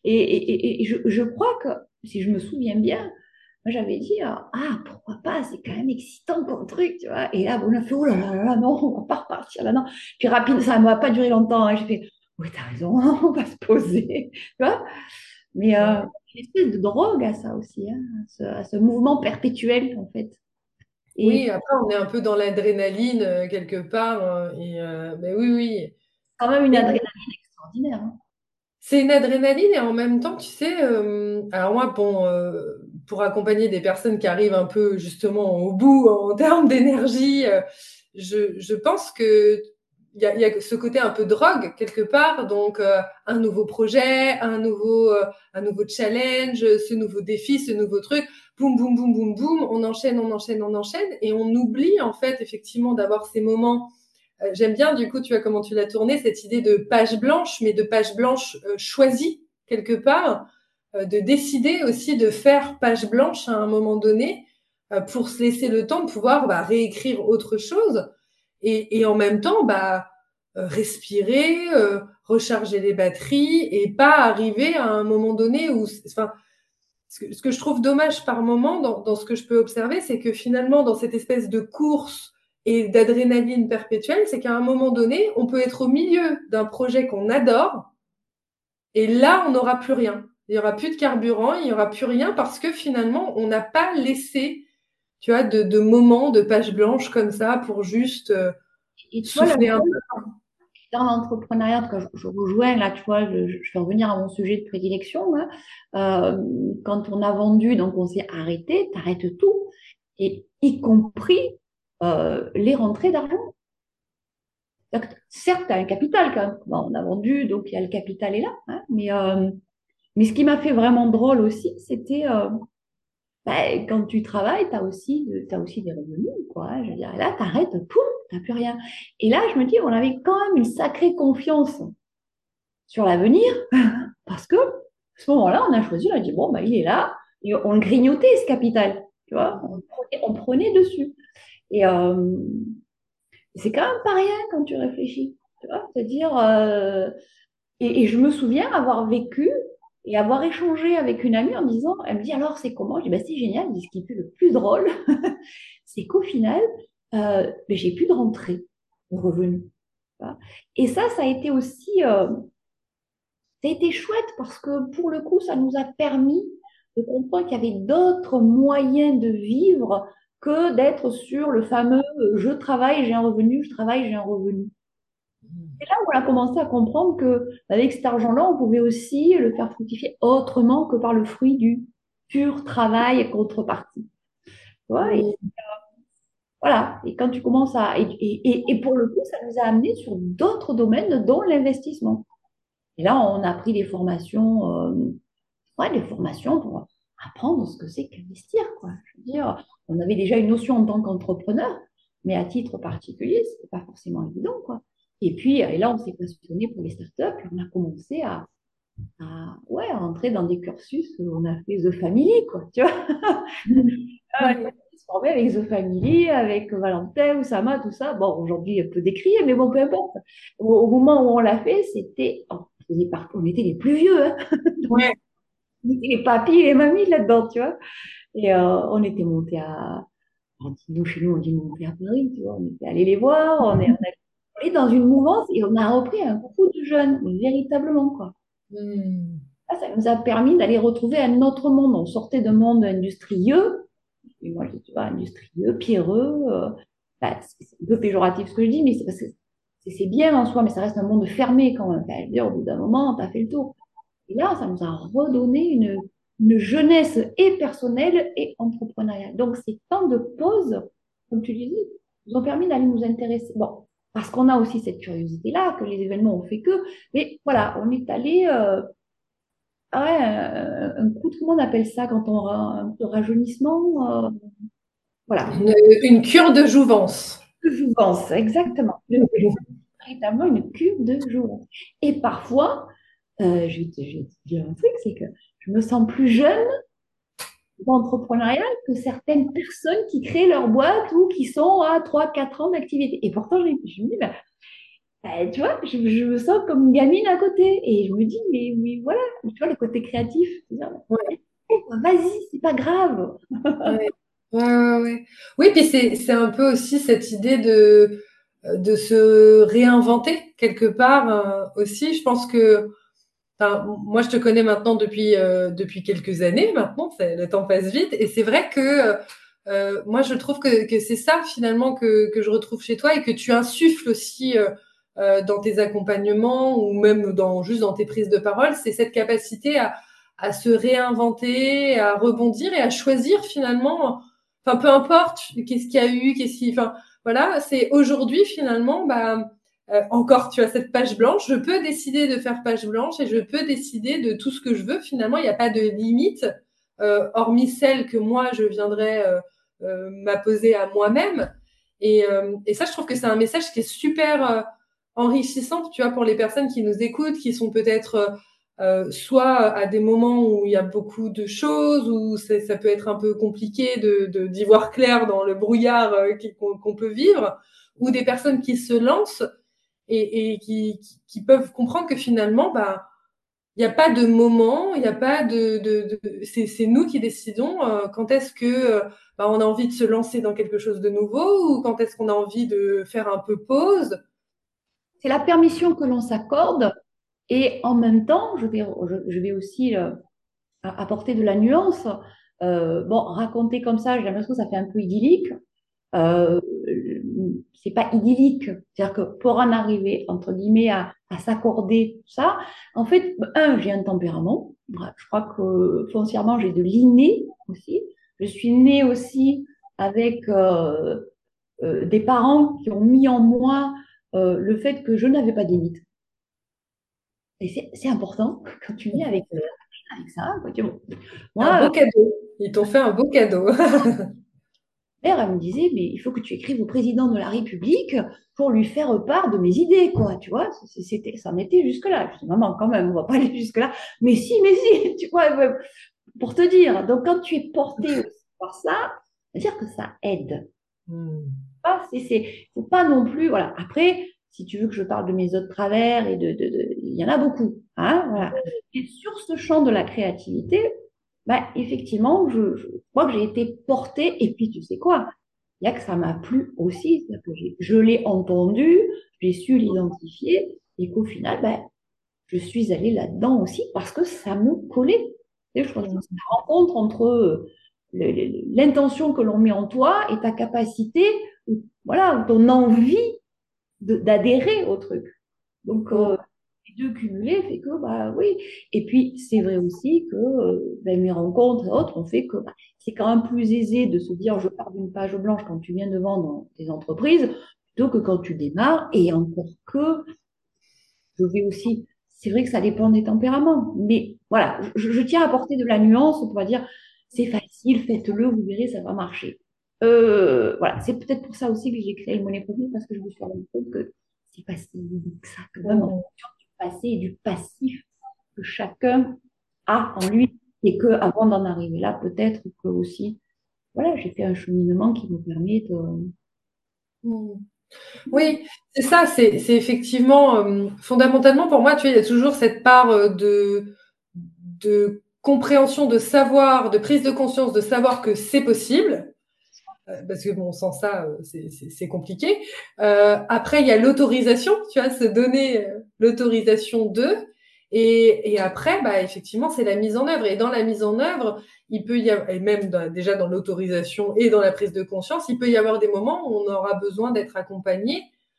Et je crois que, si je me souviens bien, moi, j'avais dit, pourquoi pas, c'est quand même excitant comme truc, tu vois. Et là, on a fait, oh là là, non, on va pas repartir là, non. Puis rapide, ça ne va pas durer longtemps, hein. J'ai fait, oui, t'as raison, on va se poser, tu vois. Mais une espèce de drogue à ça aussi, hein, à ce mouvement perpétuel, en fait. Et Oui, après, on est un peu dans l'adrénaline quelque part. Mais oui, oui. quand même une Mais adrénaline extraordinaire, hein. c'est une adrénaline et en même temps, tu sais, alors moi, bon, pour accompagner des personnes qui arrivent un peu justement au bout en termes d'énergie, je pense que il y a ce côté un peu drogue quelque part, donc un nouveau projet, un nouveau challenge, ce nouveau défi, ce nouveau truc, boum, boum, boum, boum, boum, on enchaîne, on enchaîne, on enchaîne, et on oublie en fait effectivement d'avoir ces moments. J'aime bien, du coup, tu vois comment tu l'as tourné, cette idée de page blanche, mais de page blanche choisie, quelque part, de décider aussi de faire page blanche à un moment donné pour se laisser le temps de pouvoir bah, réécrire autre chose et en même temps, bah, respirer, recharger les batteries et pas arriver à un moment donné où, enfin, ce que je trouve dommage par moment dans ce que je peux observer, c'est que finalement, dans cette espèce de course et d'adrénaline perpétuelle, c'est qu'à un moment donné, on peut être au milieu d'un projet qu'on adore et là, on n'aura plus rien. Il n'y aura plus de carburant, il n'y aura plus rien parce que finalement, on n'a pas laissé, tu vois, de moments, de pages blanches comme ça pour juste Et tu vois, là, souffler un peu. dans l'entrepreneuriat, quand je rejoins, là, tu vois, je vais revenir à mon sujet de prédilection, hein. Quand on a vendu, donc on s'est arrêté, t'arrêtes tout, et y compris les rentrées d'argent. Donc, certes, tu as un capital quand même. Bon, on a vendu, donc il y a le capital est là, hein, mais ce qui m'a fait vraiment drôle aussi, c'était quand tu travailles, t'as aussi des revenus, quoi, hein. Je veux dire, et là, t'arrêtes, poum, t'as plus rien. Et là, je me dis, on avait quand même une sacrée confiance sur l'avenir, parce que à ce moment-là, on a choisi, on a dit, bon, bah, il est là, et on le grignotait, ce capital, tu vois, on prenait dessus. Et c'est quand même pas rien quand tu réfléchis, tu vois, c'est-à-dire, et je me souviens avoir vécu et avoir échangé avec une amie en disant, elle me dit, alors, c'est comment? Je dis, bah, c'est génial. Elle dit, ce qui est le plus drôle, c'est qu'au final, mais j'ai plus de rentrée de revenus. Tu vois. Et ça a été aussi, ça a été chouette parce que pour le coup, ça nous a permis de comprendre qu'il y avait d'autres moyens de vivre que d'être sur le fameux je travaille, j'ai un revenu, je travaille, j'ai un revenu. C'est là où on a commencé à comprendre que avec cet argent-là, on pouvait aussi le faire fructifier autrement que par le fruit du pur travail et contrepartie. Tu vois, et Mmh. voilà. Et quand tu commences à et pour le coup, ça nous a amené sur d'autres domaines, dont l'investissement. Et là, on a pris des formations pour apprendre ce que c'est qu'investir, quoi. Je veux dire, on avait déjà une notion en tant qu'entrepreneur, mais à titre particulier, c'était pas forcément évident, quoi. Et puis, et là, on s'est passionné pour les startups, et on a commencé ouais, à rentrer dans des cursus où on a fait The Family, quoi, tu vois. Ah, on se formait avec The Family, avec Valentin, Oussama, tout ça. Bon, aujourd'hui, un peu décrié, mais bon, peu importe. Au moment où on l'a fait, on était les plus vieux, hein. Donc, Ouais. on était les papis et les mamies là-dedans, tu vois. Et on était montés nous, chez nous, on dit monter à Paris, tu vois. On était allés les voir, on est dans une mouvance et on a repris un coup de jeunes, mais véritablement, quoi. Mmh. Ça nous a permis d'aller retrouver un autre monde. On sortait d'un monde industrieux, et moi, je dis, tu vois, industrieux, pierreux. C'est un peu péjoratif ce que je dis, mais c'est parce que c'est bien en soi, mais ça reste un monde fermé quand même. Enfin, je veux dire, au bout d'un moment, tu as fait le tour. Et là, ça nous a redonné une jeunesse et personnelle et entrepreneuriale. Donc, ces temps de pause, comme tu disais, nous ont permis d'aller nous intéresser. Bon, parce qu'on a aussi cette curiosité-là, que les événements ont fait que. Mais voilà, on est allé. Ouais, un coup, tout le monde appelle ça quand on a un peu de rajeunissement. Voilà, Une cure de jouvence. de jouvence, exactement. Véritablement une cure de jouvence. Et parfois, je vais te dire un truc, c'est que je me sens plus jeune d'entrepreneuriat que certaines personnes qui créent leur boîte ou qui sont à 3 4 ans d'activité. Et pourtant, je me dis, tu vois, je me sens comme une gamine à côté. Et je me dis, mais voilà, tu vois, le côté créatif. Ouais, Vas-y, c'est pas grave. ouais, ouais, ouais, ouais. Oui, puis c'est un peu aussi cette idée de se réinventer quelque part aussi. Je pense que, enfin, moi, je te connais maintenant depuis quelques années maintenant, le temps passe vite, et c'est vrai que moi, je trouve que c'est ça finalement que je retrouve chez toi et que tu insuffles aussi dans tes accompagnements ou même juste dans tes prises de parole, c'est cette capacité à se réinventer, à rebondir et à choisir finalement, enfin peu importe qu'est-ce qu'il y a eu, enfin voilà, c'est aujourd'hui finalement, bah encore tu as cette page blanche, je peux décider de faire page blanche et je peux décider de tout ce que je veux. Finalement, il n'y a pas de limite, hormis celle que moi je viendrais m'apposer à moi-même. Et ça, je trouve que c'est un message qui est super enrichissant, tu vois, pour les personnes qui nous écoutent, qui sont peut-être soit à des moments où il y a beaucoup de choses, où ça peut être un peu compliqué d'y voir clair dans le brouillard qu'on peut vivre, ou des personnes qui se lancent et qui peuvent comprendre que finalement, bah, il n'y a pas de moment, il n'y a pas c'est nous qui décidons quand est-ce que bah, on a envie de se lancer dans quelque chose de nouveau ou quand est-ce qu'on a envie de faire un peu pause. C'est la permission que l'on s'accorde et en même temps, je vais aussi apporter de la nuance. Bon, raconter comme ça, j'ai l'impression que ça fait un peu idyllique. Euh, c'est pas idyllique. C'est-à-dire que pour en arriver, entre guillemets, à s'accorder tout ça, en fait, j'ai un tempérament. Je crois que foncièrement, j'ai de l'inné aussi. Je suis née aussi avec des parents qui ont mis en moi le fait que je n'avais pas de limite. Et c'est important quand tu vis avec ça. Quoi. C'est un Moi, beau cadeau. Ils t'ont fait un beau cadeau. mère, elle me disait, mais il faut que tu écrives au président de la République pour lui faire part de mes idées, quoi, tu vois, ça en était jusque-là. Je dis, maman, quand même, on va pas aller jusque-là. Mais si, tu vois, pour te dire. Donc, quand tu es porté aussi par ça, c'est-à-dire que ça aide. Hmm. Faut pas non plus, voilà. Après, si tu veux que je parle de mes autres travers il y en a beaucoup, hein, voilà. Et sur ce champ de la créativité, bah, effectivement, je crois que j'ai été portée. Et puis, tu sais quoi? Il y a que ça m'a plu aussi, c'est-à-dire que je l'ai entendu, j'ai su l'identifier, et qu'au final, bah, je suis allée là-dedans aussi parce que ça me collait. Et je pense que c'est la rencontre entre l'intention que l'on met en toi et ta capacité, voilà, ou ton envie d'adhérer au truc. Donc, Hmm. les deux cumulés fait que, bah oui. Et puis, c'est vrai aussi que ben, mes rencontres et autres ont fait que bah, c'est quand même plus aisé de se dire je pars d'une page blanche quand tu viens de vendre tes entreprises plutôt que quand tu démarres. Et encore que, je vais aussi, c'est vrai que ça dépend des tempéraments. Mais voilà, je tiens à apporter de la nuance pour pas dire c'est facile, faites-le, vous verrez, ça va marcher. Voilà, c'est peut-être pour ça aussi que j'ai créé le Money Profit parce que je me suis rendu compte que c'est pas si évident que ça quand même en Hmm. fonction du passé et du passif que chacun a en lui et que avant d'en arriver là, peut-être que aussi, voilà, j'ai fait un cheminement qui me permet de. Hmm. Oui, c'est ça, c'est effectivement, fondamentalement pour moi, tu vois, il y a toujours cette part de compréhension, de savoir, de prise de conscience, de savoir que c'est possible, parce que bon, sans ça, c'est compliqué. Après, il y a l'autorisation, tu vois, se donner l'autorisation de, et après, bah, effectivement, c'est la mise en œuvre. Et dans la mise en œuvre, il peut y avoir, et même déjà dans l'autorisation et dans la prise de conscience, il peut y avoir des moments où on aura besoin d'être accompagné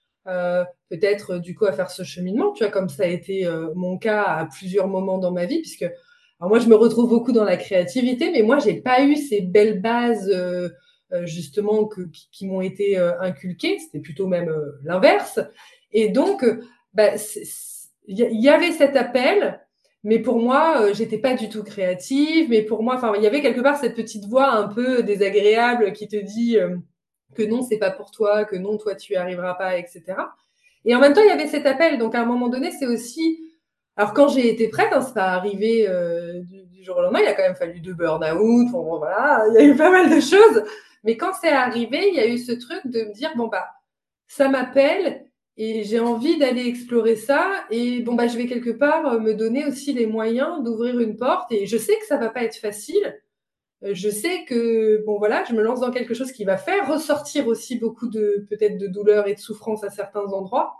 peut-être du coup à faire ce cheminement, tu vois, comme ça a été mon cas à plusieurs moments dans ma vie, puisque alors moi je me retrouve beaucoup dans la créativité, mais moi j'ai pas eu ces belles bases justement qui m'ont été inculquées, c'était plutôt même l'inverse, et donc bah, il y avait cet appel. Mais pour moi, j'étais pas du tout créative. Mais pour moi, enfin, il y avait quelque part cette petite voix un peu désagréable qui te dit que non, c'est pas pour toi, que non, toi, tu y arriveras pas, etc. Et en même temps, il y avait cet appel. Donc, à un moment donné, c'est aussi. Alors, quand j'ai été prête, hein, c'est pas arrivé du jour au lendemain. Il a quand même fallu 2 burn-out. Bon, voilà, il y a eu pas mal de choses. Mais quand c'est arrivé, il y a eu ce truc de me dire bon bah, ça m'appelle et j'ai envie d'aller explorer ça. Et bon bah, je vais quelque part me donner aussi les moyens d'ouvrir une porte. Et je sais que ça va pas être facile. Je sais que bon voilà, je me lance dans quelque chose qui va faire ressortir aussi beaucoup de peut-être de douleur et de souffrance à certains endroits.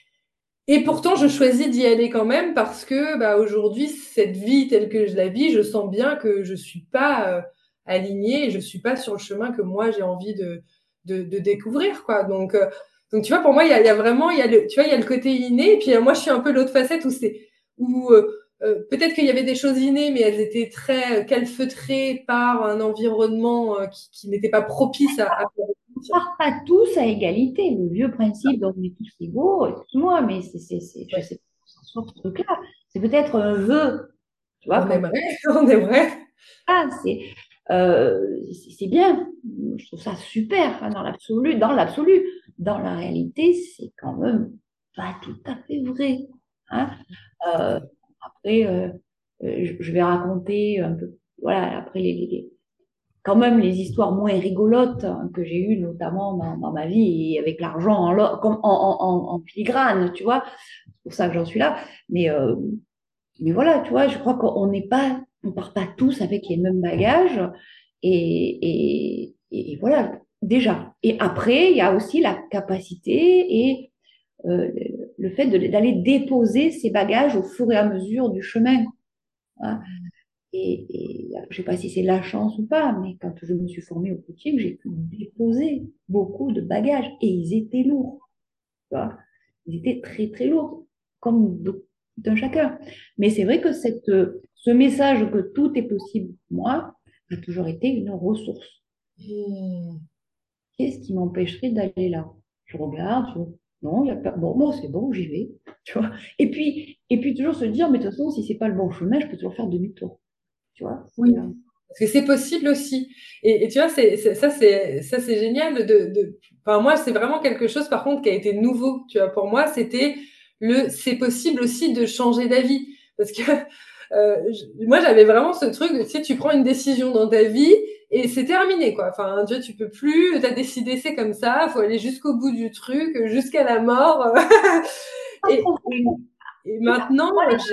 Et pourtant, je choisis d'y aller quand même parce que bah, aujourd'hui, cette vie telle que je la vis, je sens bien que je suis pas alignée et je suis pas sur le chemin que moi j'ai envie de découvrir quoi. Donc tu vois, pour moi, il y a vraiment, il y a le, tu vois, il y a le côté inné et puis moi, je suis un peu l'autre facette où c'est où peut-être qu'il y avait des choses innées, mais elles étaient très calfeutrées par un environnement qui n'était pas propice à Part pas tous à égalité. Le vieux principe dont on est tous égaux, excuse-moi, mais je sais pas où ça sort ce truc-là. C'est peut-être un vœu, tu vois, on quand aimerait, on aimerait. ah, c'est bien. Je trouve ça super hein, dans l'absolu. Dans l'absolu, dans la réalité, c'est quand même pas tout à fait vrai. Hein. Euh, après, je vais raconter un peu, voilà, après quand même les histoires moins rigolotes que j'ai eues, notamment dans ma vie, et avec l'argent en filigrane, tu vois. C'est pour ça que j'en suis là. Mais, euh, mais voilà, tu vois, je crois on part pas tous avec les mêmes bagages. Et voilà, déjà. Et après, il y a aussi la capacité et euh, le fait d'aller déposer ces bagages au fur et à mesure du chemin, hein. Et je ne sais pas si c'est la chance ou pas, mais quand je me suis formée au coaching, j'ai pu déposer beaucoup de bagages et ils étaient lourds, tu vois. Ils étaient très, très lourds, comme d'un chacun. Mais c'est vrai que ce message que tout est possible pour moi a toujours été une ressource. Hmm. Qu'est-ce qui m'empêcherait d'aller là? Je regarde, non, il y a pas, bon, moi c'est bon, j'y vais, tu vois. Et puis toujours se dire, mais de toute façon, si c'est pas le bon chemin, je peux toujours faire demi-tour, tu vois. Oui, parce que c'est possible aussi. Et tu vois, ça, c'est génial enfin, moi, c'est vraiment quelque chose, par contre, qui a été nouveau. Tu vois, pour moi, c'est possible aussi de changer d'avis. Parce que, moi, j'avais vraiment ce truc de, tu sais, tu prends une décision dans ta vie et c'est terminé, quoi. Enfin, tu vois, tu peux plus, t'as décidé, c'est comme ça, faut aller jusqu'au bout du truc, jusqu'à la mort. Et, et maintenant,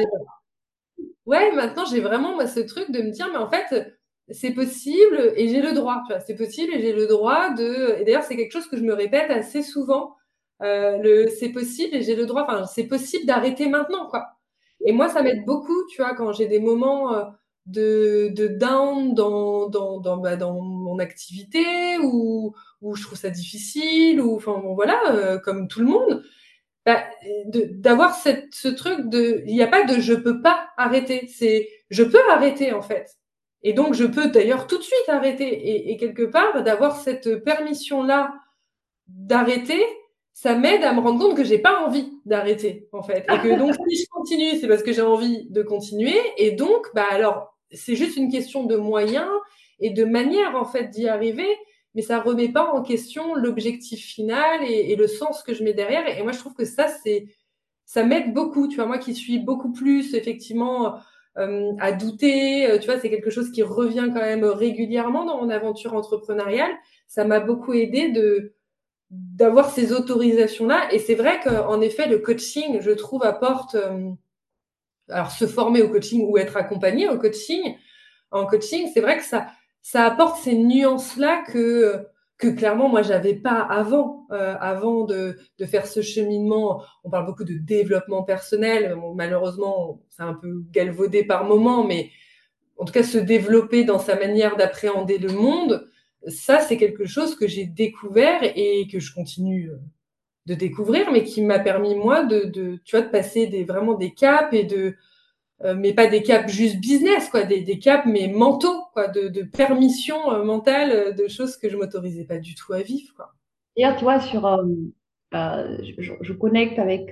maintenant j'ai vraiment moi ce truc de me dire mais en fait c'est possible et j'ai le droit, tu vois, c'est possible et j'ai le droit de. Et d'ailleurs c'est quelque chose que je me répète assez souvent. Le c'est possible et j'ai le droit. Enfin c'est possible d'arrêter maintenant quoi. Et moi ça m'aide beaucoup, tu vois, quand j'ai des moments de down dans mon activité ou je trouve ça difficile ou enfin bon, voilà comme tout le monde bah, d'avoir ce truc il n'y a pas de je peux pas arrêter, c'est je peux arrêter en fait. Et donc je peux d'ailleurs tout de suite arrêter et quelque part d'avoir cette permission là d'arrêter, ça m'aide à me rendre compte que j'ai pas envie d'arrêter en fait et que donc si je continue, c'est parce que j'ai envie de continuer et donc bah alors c'est juste une question de moyens et de manière en fait d'y arriver, mais ça remet pas en question l'objectif final et le sens que je mets derrière et moi je trouve que ça m'aide beaucoup, tu vois, moi qui suis beaucoup plus effectivement à douter, tu vois, c'est quelque chose qui revient quand même régulièrement dans mon aventure entrepreneuriale, ça m'a beaucoup aidé de d'avoir ces autorisations-là. Et c'est vrai qu'en effet, le coaching, je trouve, apporte, alors se former au coaching ou être accompagné au coaching, en coaching, c'est vrai que ça apporte ces nuances-là que clairement, moi, j'avais pas avant de faire ce cheminement. On parle beaucoup de développement personnel. Bon, malheureusement, c'est un peu galvaudé par moment, mais en tout cas se développer dans sa manière d'appréhender le monde, ça c'est quelque chose que j'ai découvert et que je continue de découvrir, mais qui m'a permis moi tu vois, de passer vraiment des caps et mais pas des caps juste business, quoi, des caps mais mentaux, quoi, de permission mentale, de choses que je m'autorisais pas du tout à vivre, quoi. D'ailleurs, tu vois, je connecte avec,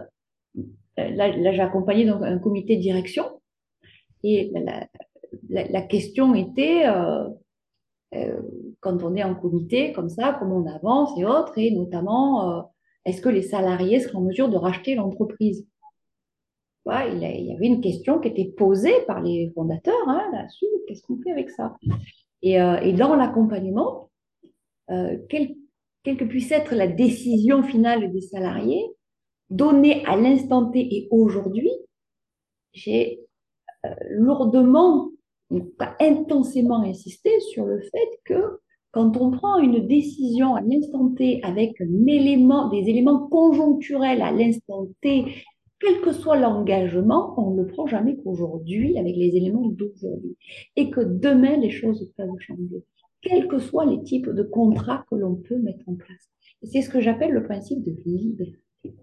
là j'ai accompagné donc un comité de direction et la question était, euh, quand on est en comité comme ça, comment on avance et autres, et notamment, est-ce que les salariés seraient en mesure de racheter l'entreprise? Ouais, il y avait une question qui était posée par les fondateurs, hein, là-dessus, qu'est-ce qu'on fait avec ça? Et dans l'accompagnement, quelle, quelle que puisse être la décision finale des salariés, donnée à l'instant T et aujourd'hui, j'ai lourdement, intensément insisté sur le fait que quand on prend une décision à l'instant T avec des éléments conjoncturels à l'instant T, quel que soit l'engagement, on ne le prend jamais qu'aujourd'hui avec les éléments d'aujourd'hui. Et que demain, les choses peuvent changer, quels que soient les types de contrats que l'on peut mettre en place. C'est ce que j'appelle le principe de liberté.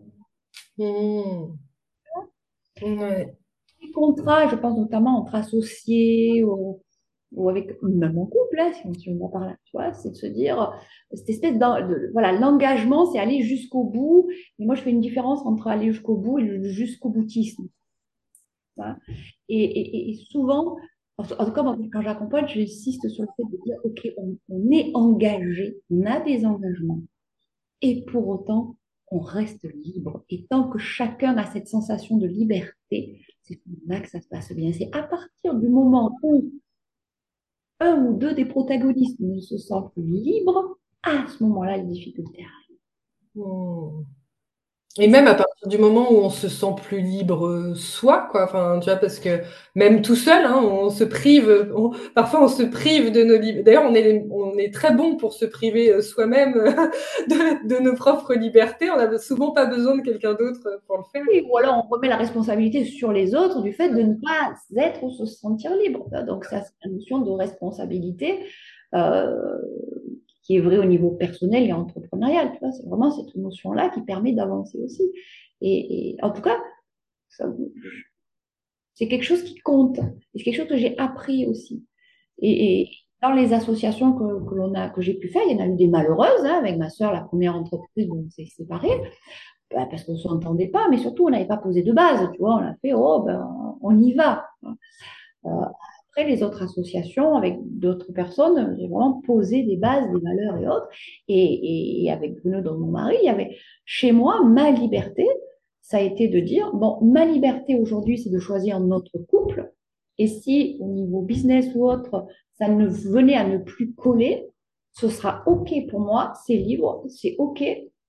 Mmh. Ouais. Les contrats, je pense notamment entre associés ou avec même en couple, hein, si on va par là, tu vois, c'est de se dire, cette espèce voilà, l'engagement, c'est aller jusqu'au bout. Et moi, je fais une différence entre aller jusqu'au bout et le jusqu'au boutisme. Voilà. Et souvent, en tout cas, moi, quand j'accompagne, j'insiste sur le fait de dire, OK, on est engagé, on a des engagements, et pour autant, on reste libre. Et tant que chacun a cette sensation de liberté, c'est là que ça se passe bien. C'est à partir du moment où un ou deux des protagonistes ne se sentent plus libres, à ce moment-là, les difficultés arrivent. Mmh. Et même à partir du moment où on se sent plus libre, soi, quoi, enfin, tu vois? Parce que même tout seul, hein, on se prive, parfois on se prive de nos lib d'ailleurs, on est très bon pour se priver, soi-même, de nos propres libertés. On a souvent pas besoin de quelqu'un d'autre, pour le faire. Et ou alors on remet la responsabilité sur les autres du fait de ne pas être ou se sentir libre. Donc ça, c'est la notion de responsabilité euh, qui est vraie au niveau personnel et entrepreneurial. Tu vois, c'est vraiment cette notion-là qui permet d'avancer aussi. Et en tout cas, ça, c'est quelque chose qui compte. Et c'est quelque chose que j'ai appris aussi. Et dans les associations que j'ai pu faire, il y en a eu des malheureuses. Hein, avec ma sœur, la première entreprise où on s'est séparés, bah, parce qu'on ne s'entendait pas, mais surtout, on n'avait pas posé de base. Tu vois, on a fait, oh, ben, on y va. Euh, Après, les autres associations, avec d'autres personnes, j'ai vraiment posé des bases, des valeurs et autres. Et avec Bruno, donc mon mari, il y avait chez moi ma liberté. Ça a été de dire, bon, ma liberté aujourd'hui, c'est de choisir notre couple. Et si au niveau business ou autre, ça ne venait à ne plus coller, ce sera OK pour moi, c'est libre, c'est OK.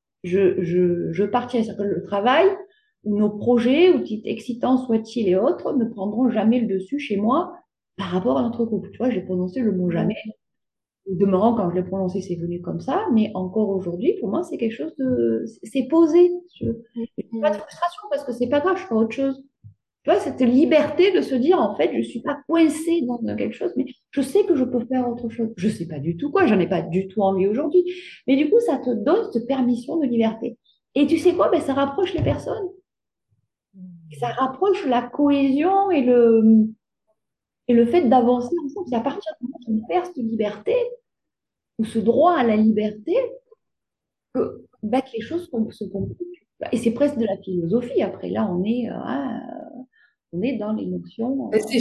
Je partirai. C'est-à-dire que le travail, ou nos projets, aussi excitants soient-ils et autres, ne prendront jamais le dessus chez moi par rapport à notre couple. Tu vois, j'ai prononcé le mot jamais. Mmh. Au demeurant, quand je l'ai prononcé, c'est venu comme ça. Mais encore aujourd'hui, pour moi, c'est quelque chose de... C'est posé. Je n'ai pas de Mmh. frustration parce que c'est pas grave, je fais autre chose. Tu vois, cette liberté de se dire, en fait, je ne suis pas coincée dans quelque chose, mais je sais que je peux faire autre chose. Je ne sais pas du tout quoi, j'en ai pas du tout envie aujourd'hui. Mais du coup, ça te donne cette permission de liberté. Et tu sais quoi, ben, ça rapproche les personnes. Ça rapproche la cohésion et le fait d'avancer ensemble. C'est à partir du moment où on perd cette liberté ou ce droit à la liberté que, bah, que les choses se compliquent. Et c'est presque de la philosophie. Après, là, on est dans les Et notions.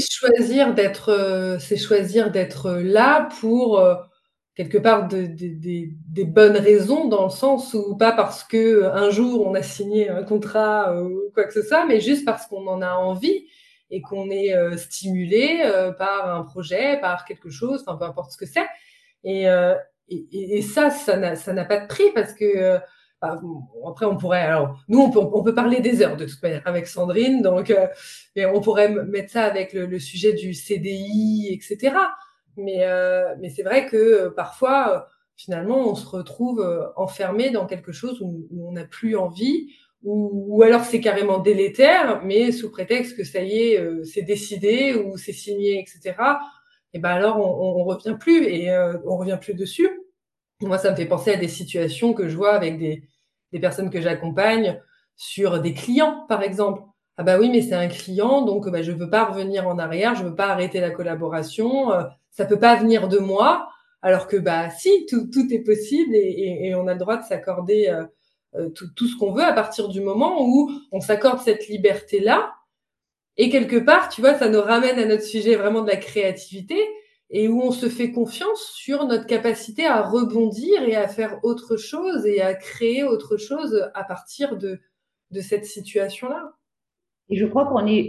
c'est choisir d'être là pour, quelque part des bonnes raisons, dans le sens où pas parce que un jour on a signé un contrat, ou quoi que ce soit, mais juste parce qu'on en a envie et qu'on est, stimulé, par un projet, par quelque chose, enfin peu importe ce que c'est. Et, et ça n'a pas de prix parce que, bah, après on pourrait, alors nous on peut parler des heures de toute manière avec Sandrine, donc mais on pourrait mettre ça avec le sujet du CDI, etc. Mais c'est vrai que parfois, finalement, on se retrouve enfermé dans quelque chose où on n'a plus envie, ou alors c'est carrément délétère, mais sous prétexte que ça y est, c'est décidé ou c'est signé, etc. Et ben alors on revient plus et on revient plus dessus. Moi, ça me fait penser à des situations que je vois avec des personnes que j'accompagne sur des clients, par exemple. Ah bah oui, mais c'est un client, donc bah, je veux pas revenir en arrière, je veux pas arrêter la collaboration, ça peut pas venir de moi, alors que bah si, tout est possible et on a le droit de s'accorder tout ce qu'on veut à partir du moment où on s'accorde cette liberté-là. Et quelque part, tu vois, ça nous ramène à notre sujet vraiment de la créativité et où on se fait confiance sur notre capacité à rebondir et à faire autre chose et à créer autre chose à partir de cette situation-là. Et je crois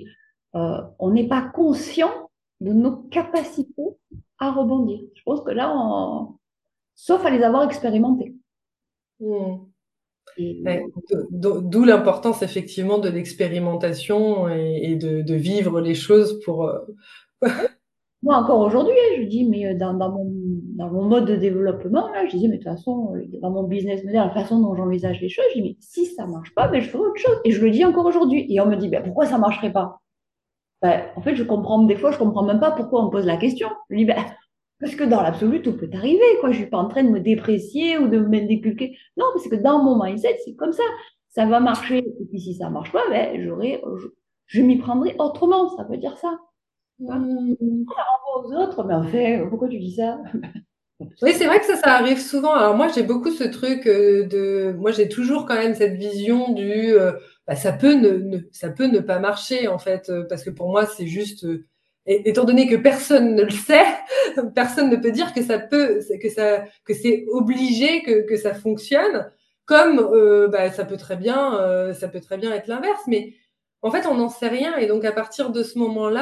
on n'est pas conscient de nos capacités à rebondir. Je pense que là, sauf à les avoir expérimentées. Mmh. Ouais, Et d'où l'importance effectivement de l'expérimentation et de vivre les choses pour, moi, encore aujourd'hui, hein, je dis, mais dans mon mode de développement, là, je disais, mais de toute façon, dans mon business model, la façon dont j'envisage les choses, je dis, mais si ça ne marche pas, ben, je ferai autre chose. Et je le dis encore aujourd'hui. Et on me dit, ben, pourquoi ça ne marcherait pas? Ben, en fait, des fois, je comprends même pas pourquoi on me pose la question. Je dis, ben, parce que dans l'absolu, tout peut arriver, quoi. Je suis pas en train de me déprécier ou de me déculquer. Non, parce que dans mon mindset, c'est comme ça. Ça va marcher. Et puis, si ça marche pas, ben, je m'y prendrai autrement. Ça veut dire ça. Tu vois. mmh. Aux autres, mais en fait, pourquoi tu dis ça? Oui, c'est vrai que ça arrive souvent. Alors moi, j'ai beaucoup ce truc moi, j'ai toujours quand même cette vision bah, ça peut ne pas marcher en fait, parce que pour moi, c'est juste, étant donné que personne ne le sait, personne ne peut dire que que c'est obligé que ça fonctionne. Comme bah, ça peut très bien être l'inverse. Mais en fait, on n'en sait rien. Et donc à partir de ce moment-là,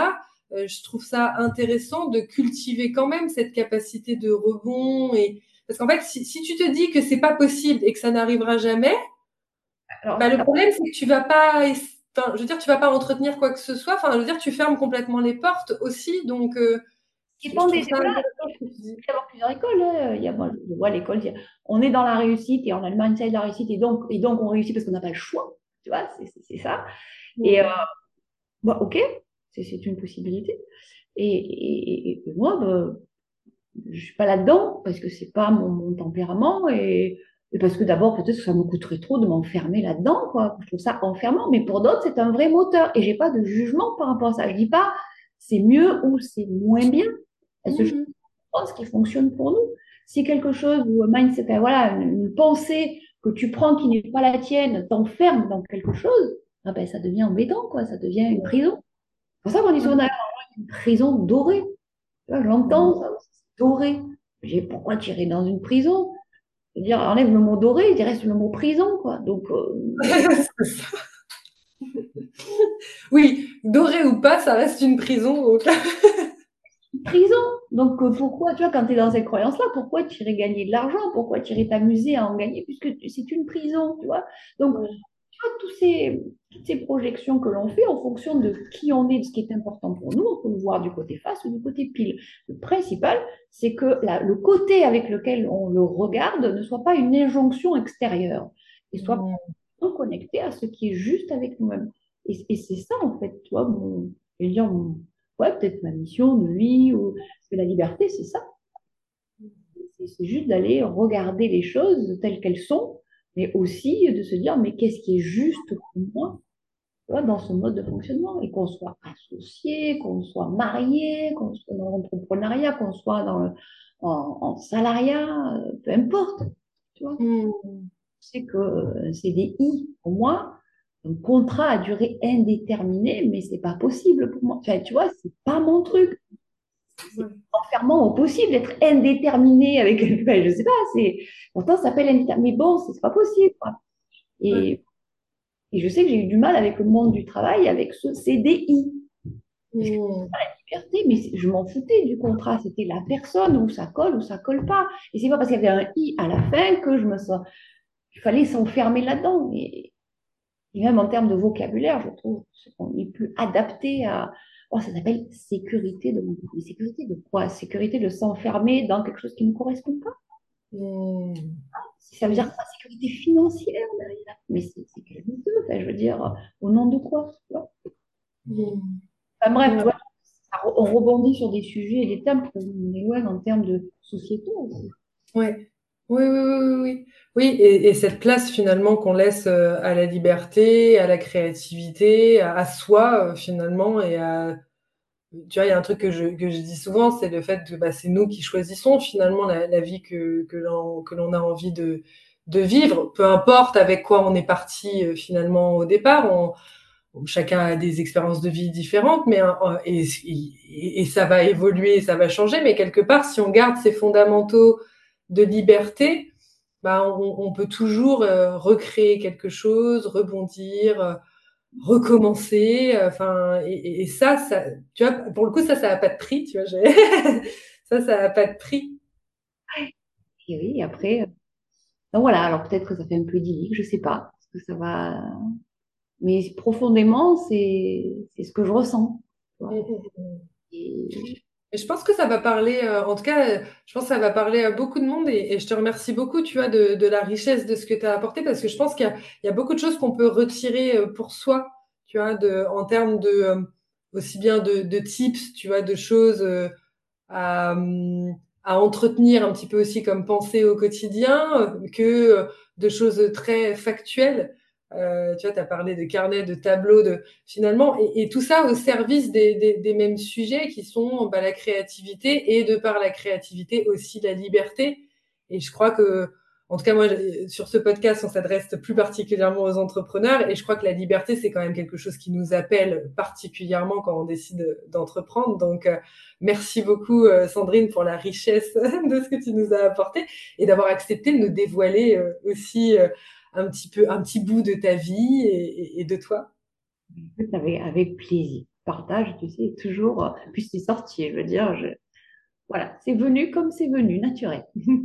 je trouve ça intéressant de cultiver quand même cette capacité de rebond. Parce qu'en fait, si tu te dis que c'est pas possible et que ça n'arrivera jamais, Alors, bah, le problème, c'est que tu vas pas, enfin, je veux dire, tu vas pas entretenir quoi que ce soit. Enfin, je veux dire, tu fermes complètement les portes aussi. Donc, ça je dépend des trouve ça écoles. intéressant ce que tu Il dis. peut y avoir plusieurs écoles, hein. Moi, je vois l'école dire on est dans la réussite et on a le mindset de la réussite et donc on réussit parce qu'on n'a pas le choix. Tu vois, c'est ça. Et Mm. bah, ok, c'est une possibilité. Et moi, bah, je suis pas là-dedans parce que c'est pas mon tempérament et parce que d'abord peut-être que ça me coûterait trop de m'enfermer là-dedans, quoi. Je trouve ça enfermant, mais pour d'autres c'est un vrai moteur et j'ai pas de jugement par rapport à ça. Je dis pas c'est mieux ou c'est moins bien. Est-ce que je Mhm. pense ce qui fonctionne pour nous? Si quelque chose ou un mindset, voilà, une pensée que tu prends qui n'est pas la tienne t'enferme dans quelque chose, ah ben ça devient embêtant, quoi. Ça devient une prison. C'est pour ça qu'on dit souvent Mhm. d'ailleurs une prison dorée. Tu vois, Mhm. j'entends ça aussi, doré. J'ai pourquoi tirer dans une prison? Je veux dire, enlève le mot doré, il reste le mot prison, quoi. Donc, C'est ça. Oui, doré ou pas, ça reste une prison. Donc... prison. Donc, pourquoi, tu vois, quand tu es dans cette croyance-là, pourquoi tu irais gagner de l'argent? Pourquoi tu irais t'amuser à en gagner? Puisque c'est une prison, tu vois. Donc, tu vois, toutes ces projections que l'on fait en fonction de qui on est, de ce qui est important pour nous, on peut le voir du côté face ou du côté pile. Le principal, c'est que le côté avec lequel on le regarde ne soit pas une injonction extérieure et soit Mhm. connecté à ce qui est juste avec nous-mêmes. Et c'est ça, en fait, tu vois, je veux dire, ouais, peut-être ma mission de vie, ou parce que la liberté, c'est ça. C'est juste d'aller regarder les choses telles qu'elles sont, mais aussi de se dire, mais qu'est-ce qui est juste pour moi, tu vois, dans ce mode de fonctionnement, et qu'on soit associé, qu'on soit marié, qu'on soit dans l'entrepreneuriat, qu'on soit en salariat, peu importe, tu vois. Mhm. C'est que c'est des I pour moi. Un contrat à durée indéterminée, mais c'est pas possible pour moi. Enfin, tu vois, c'est pas mon truc. C'est Ouais. enfermant au possible d'être indéterminé avec quelqu'un. Je sais pas, pourtant ça s'appelle indéterminé. Mais bon, c'est pas possible, quoi. Ouais. Et, et je sais que j'ai eu du mal avec le monde du travail, avec ce CDI. Parce que Mhm. liberté, mais je m'en foutais du contrat. C'était la personne où ça colle ou ça colle pas. Et c'est pas parce qu'il y avait un I à la fin que je me sens. Il fallait s'enfermer là-dedans. Et même en termes de vocabulaire, je trouve qu'on n'est plus adapté à. Oh, ça s'appelle sécurité de mon. Mais sécurité de quoi? Sécurité de s'enfermer dans quelque chose qui ne correspond pas. Mhm. Ça veut dire quoi? Sécurité financière derrière. Mais c'est quel douteux, enfin, je veux dire, au nom de quoi? Tu vois. Mhm. Enfin, bref, tu Ouais. vois, on rebondit sur des sujets et des thèmes qui nous éloignent en termes de société aussi. Ouais. Oui, oui, oui, oui, oui. Oui, et cette place finalement qu'on laisse à la liberté, à la créativité, à soi finalement, et à, tu vois, il y a un truc que je dis souvent, c'est le fait que bah, c'est nous qui choisissons finalement la vie que l'on a envie de vivre, peu importe avec quoi on est parti finalement au départ. Chacun a des expériences de vie différentes, mais et ça va évoluer, ça va changer, mais quelque part, si on garde ces fondamentaux de liberté, bah, on peut toujours recréer quelque chose, rebondir, recommencer. Enfin, et ça, tu vois, pour le coup, ça a pas de prix, tu vois. Ça a pas de prix. Et oui, après. Donc voilà, alors peut-être que ça fait un peu idyllique, je sais pas. Parce que ça va. Mais profondément, c'est ce que je ressens. Tu Mm, vois. mm, mm. Et Et je pense que ça va parler, en tout cas, je pense que ça va parler à beaucoup de monde et je te remercie beaucoup, tu vois, de la richesse de ce que tu as apporté parce que je pense qu'il y a beaucoup de choses qu'on peut retirer pour soi, tu vois, en termes aussi bien de tips, tu vois, de choses à entretenir un petit peu aussi comme pensée au quotidien, que de choses très factuelles. Tu vois, tu as parlé de carnets, de tableaux, finalement, et tout ça au service des mêmes sujets qui sont bah, la créativité et de par la créativité aussi la liberté. Et je crois que, en tout cas, moi, sur ce podcast, on s'adresse plus particulièrement aux entrepreneurs et je crois que la liberté, c'est quand même quelque chose qui nous appelle particulièrement quand on décide d'entreprendre. Donc, merci beaucoup, Sandrine, pour la richesse de ce que tu nous as apporté et d'avoir accepté de nous dévoiler aussi un petit bout de ta vie et de toi. avec plaisir. partage, tu sais, toujours, puis c'est sorti, je veux dire, voilà, c'est venu comme c'est venu, naturel.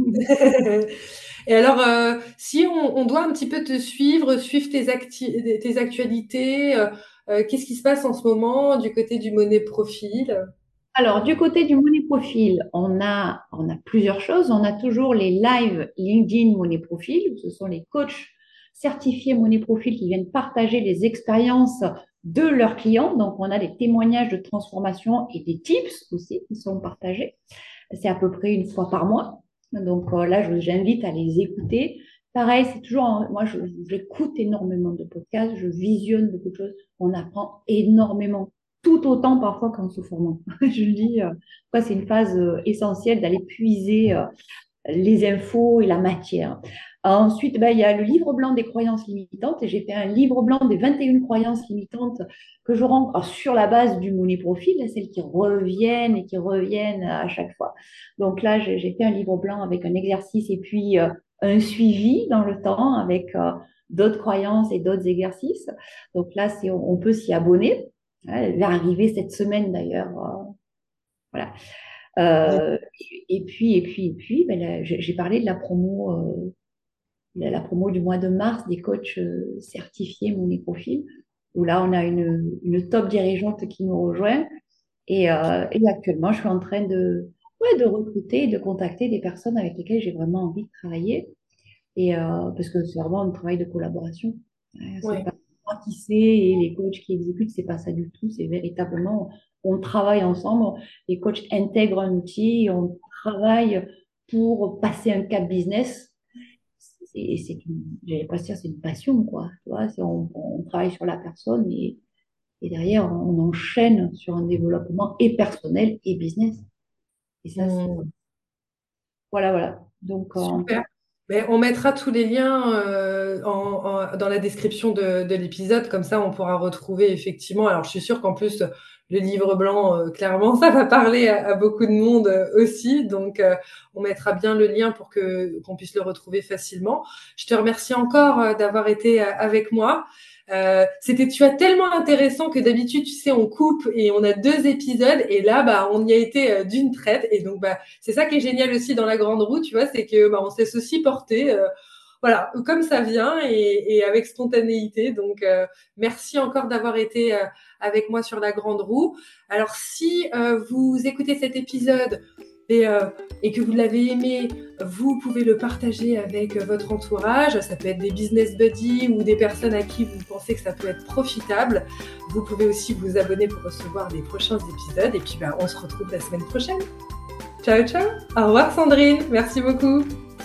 Et alors, si on doit un petit peu te suivre tes actualités, qu'est-ce qui se passe en ce moment du côté du Money Profil? Alors, du côté du Money Profil, on a plusieurs choses. On a toujours les live LinkedIn Money Profil, où ce sont les coachs certifiés Money Profil qui viennent partager les expériences de leurs clients. Donc, on a des témoignages de transformation et des tips aussi qui sont partagés. C'est à peu près une fois par mois. Donc là, j'invite à les écouter. Pareil, c'est toujours, moi, j'écoute énormément de podcasts, je visionne beaucoup de choses, on apprend énormément, tout autant parfois qu'en se formant. Je le dis, c'est une phase essentielle d'aller puiser les infos et la matière. Ensuite, il y a le livre blanc des croyances limitantes et j'ai fait un livre blanc des 21 croyances limitantes que je rends sur la base du Money Profil, celles qui reviennent et qui reviennent à chaque fois. Donc là, j'ai fait un livre blanc avec un exercice et puis un suivi dans le temps avec d'autres croyances et d'autres exercices. Donc là, on peut s'y abonner. Elle va arriver cette semaine d'ailleurs. Voilà. Euh, et puis, j'ai parlé de la promo du mois de mars des coachs certifiés Money Profil, où là, on a une top dirigeante qui nous rejoint. Et actuellement, je suis en train de recruter et de contacter des personnes avec lesquelles j'ai vraiment envie de travailler. Parce que c'est vraiment un travail de collaboration. C'est Ouais. pas moi qui sais et les coachs qui exécutent, c'est pas ça du tout. C'est véritablement, on travaille ensemble. Les coachs intègrent un outil, on travaille pour passer un cap business. J'allais pas dire, c'est une passion, quoi. Tu vois, on travaille sur la personne et derrière, on enchaîne sur un développement et personnel et business. Et ça, Mmh. voilà, voilà. Donc, Super. Mais on mettra tous les liens dans la description de l'épisode, comme ça on pourra retrouver effectivement. Alors je suis sûre qu'en plus le livre blanc, clairement, ça va parler à beaucoup de monde aussi. Donc on mettra bien le lien pour qu'on puisse le retrouver facilement. Je te remercie encore d'avoir été avec moi. C'était, tu vois, tellement intéressant que d'habitude, tu sais, on coupe et on a 2 épisodes et là, on y a été d'une traite. Et donc, c'est ça qui est génial aussi dans la grande roue, tu vois, c'est que on se laisse aussi porter, voilà, comme ça vient et avec spontanéité. Donc, merci encore d'avoir été avec moi sur la grande roue. Alors, si vous écoutez cet épisode et que vous l'avez aimé, vous pouvez le partager avec votre entourage. Ça peut être des business buddies ou des personnes à qui vous pensez que ça peut être profitable. Vous pouvez aussi vous abonner pour recevoir les prochains épisodes. Et puis, on se retrouve la semaine prochaine. Ciao, ciao. Au revoir Sandrine. Merci beaucoup.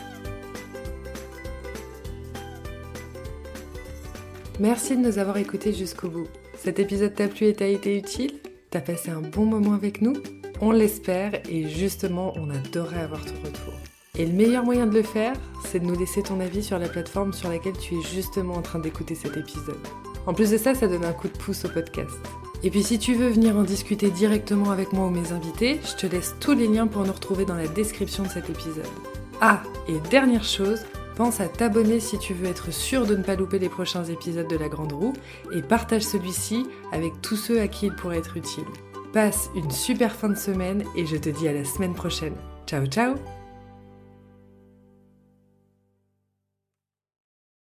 Merci de nous avoir écoutés jusqu'au bout. Cet épisode t'a plu et t'a été utile ? T'as passé un bon moment avec nous ? On l'espère et justement, on adorerait avoir ton retour. Et le meilleur moyen de le faire, c'est de nous laisser ton avis sur la plateforme sur laquelle tu es justement en train d'écouter cet épisode. En plus de ça, ça donne un coup de pouce au podcast. Et puis si tu veux venir en discuter directement avec moi ou mes invités, je te laisse tous les liens pour nous retrouver dans la description de cet épisode. Ah, et dernière chose, pense à t'abonner si tu veux être sûr de ne pas louper les prochains épisodes de La Grande Roue et partage celui-ci avec tous ceux à qui il pourrait être utile. Passe une super fin de semaine et je te dis à la semaine prochaine. Ciao ciao!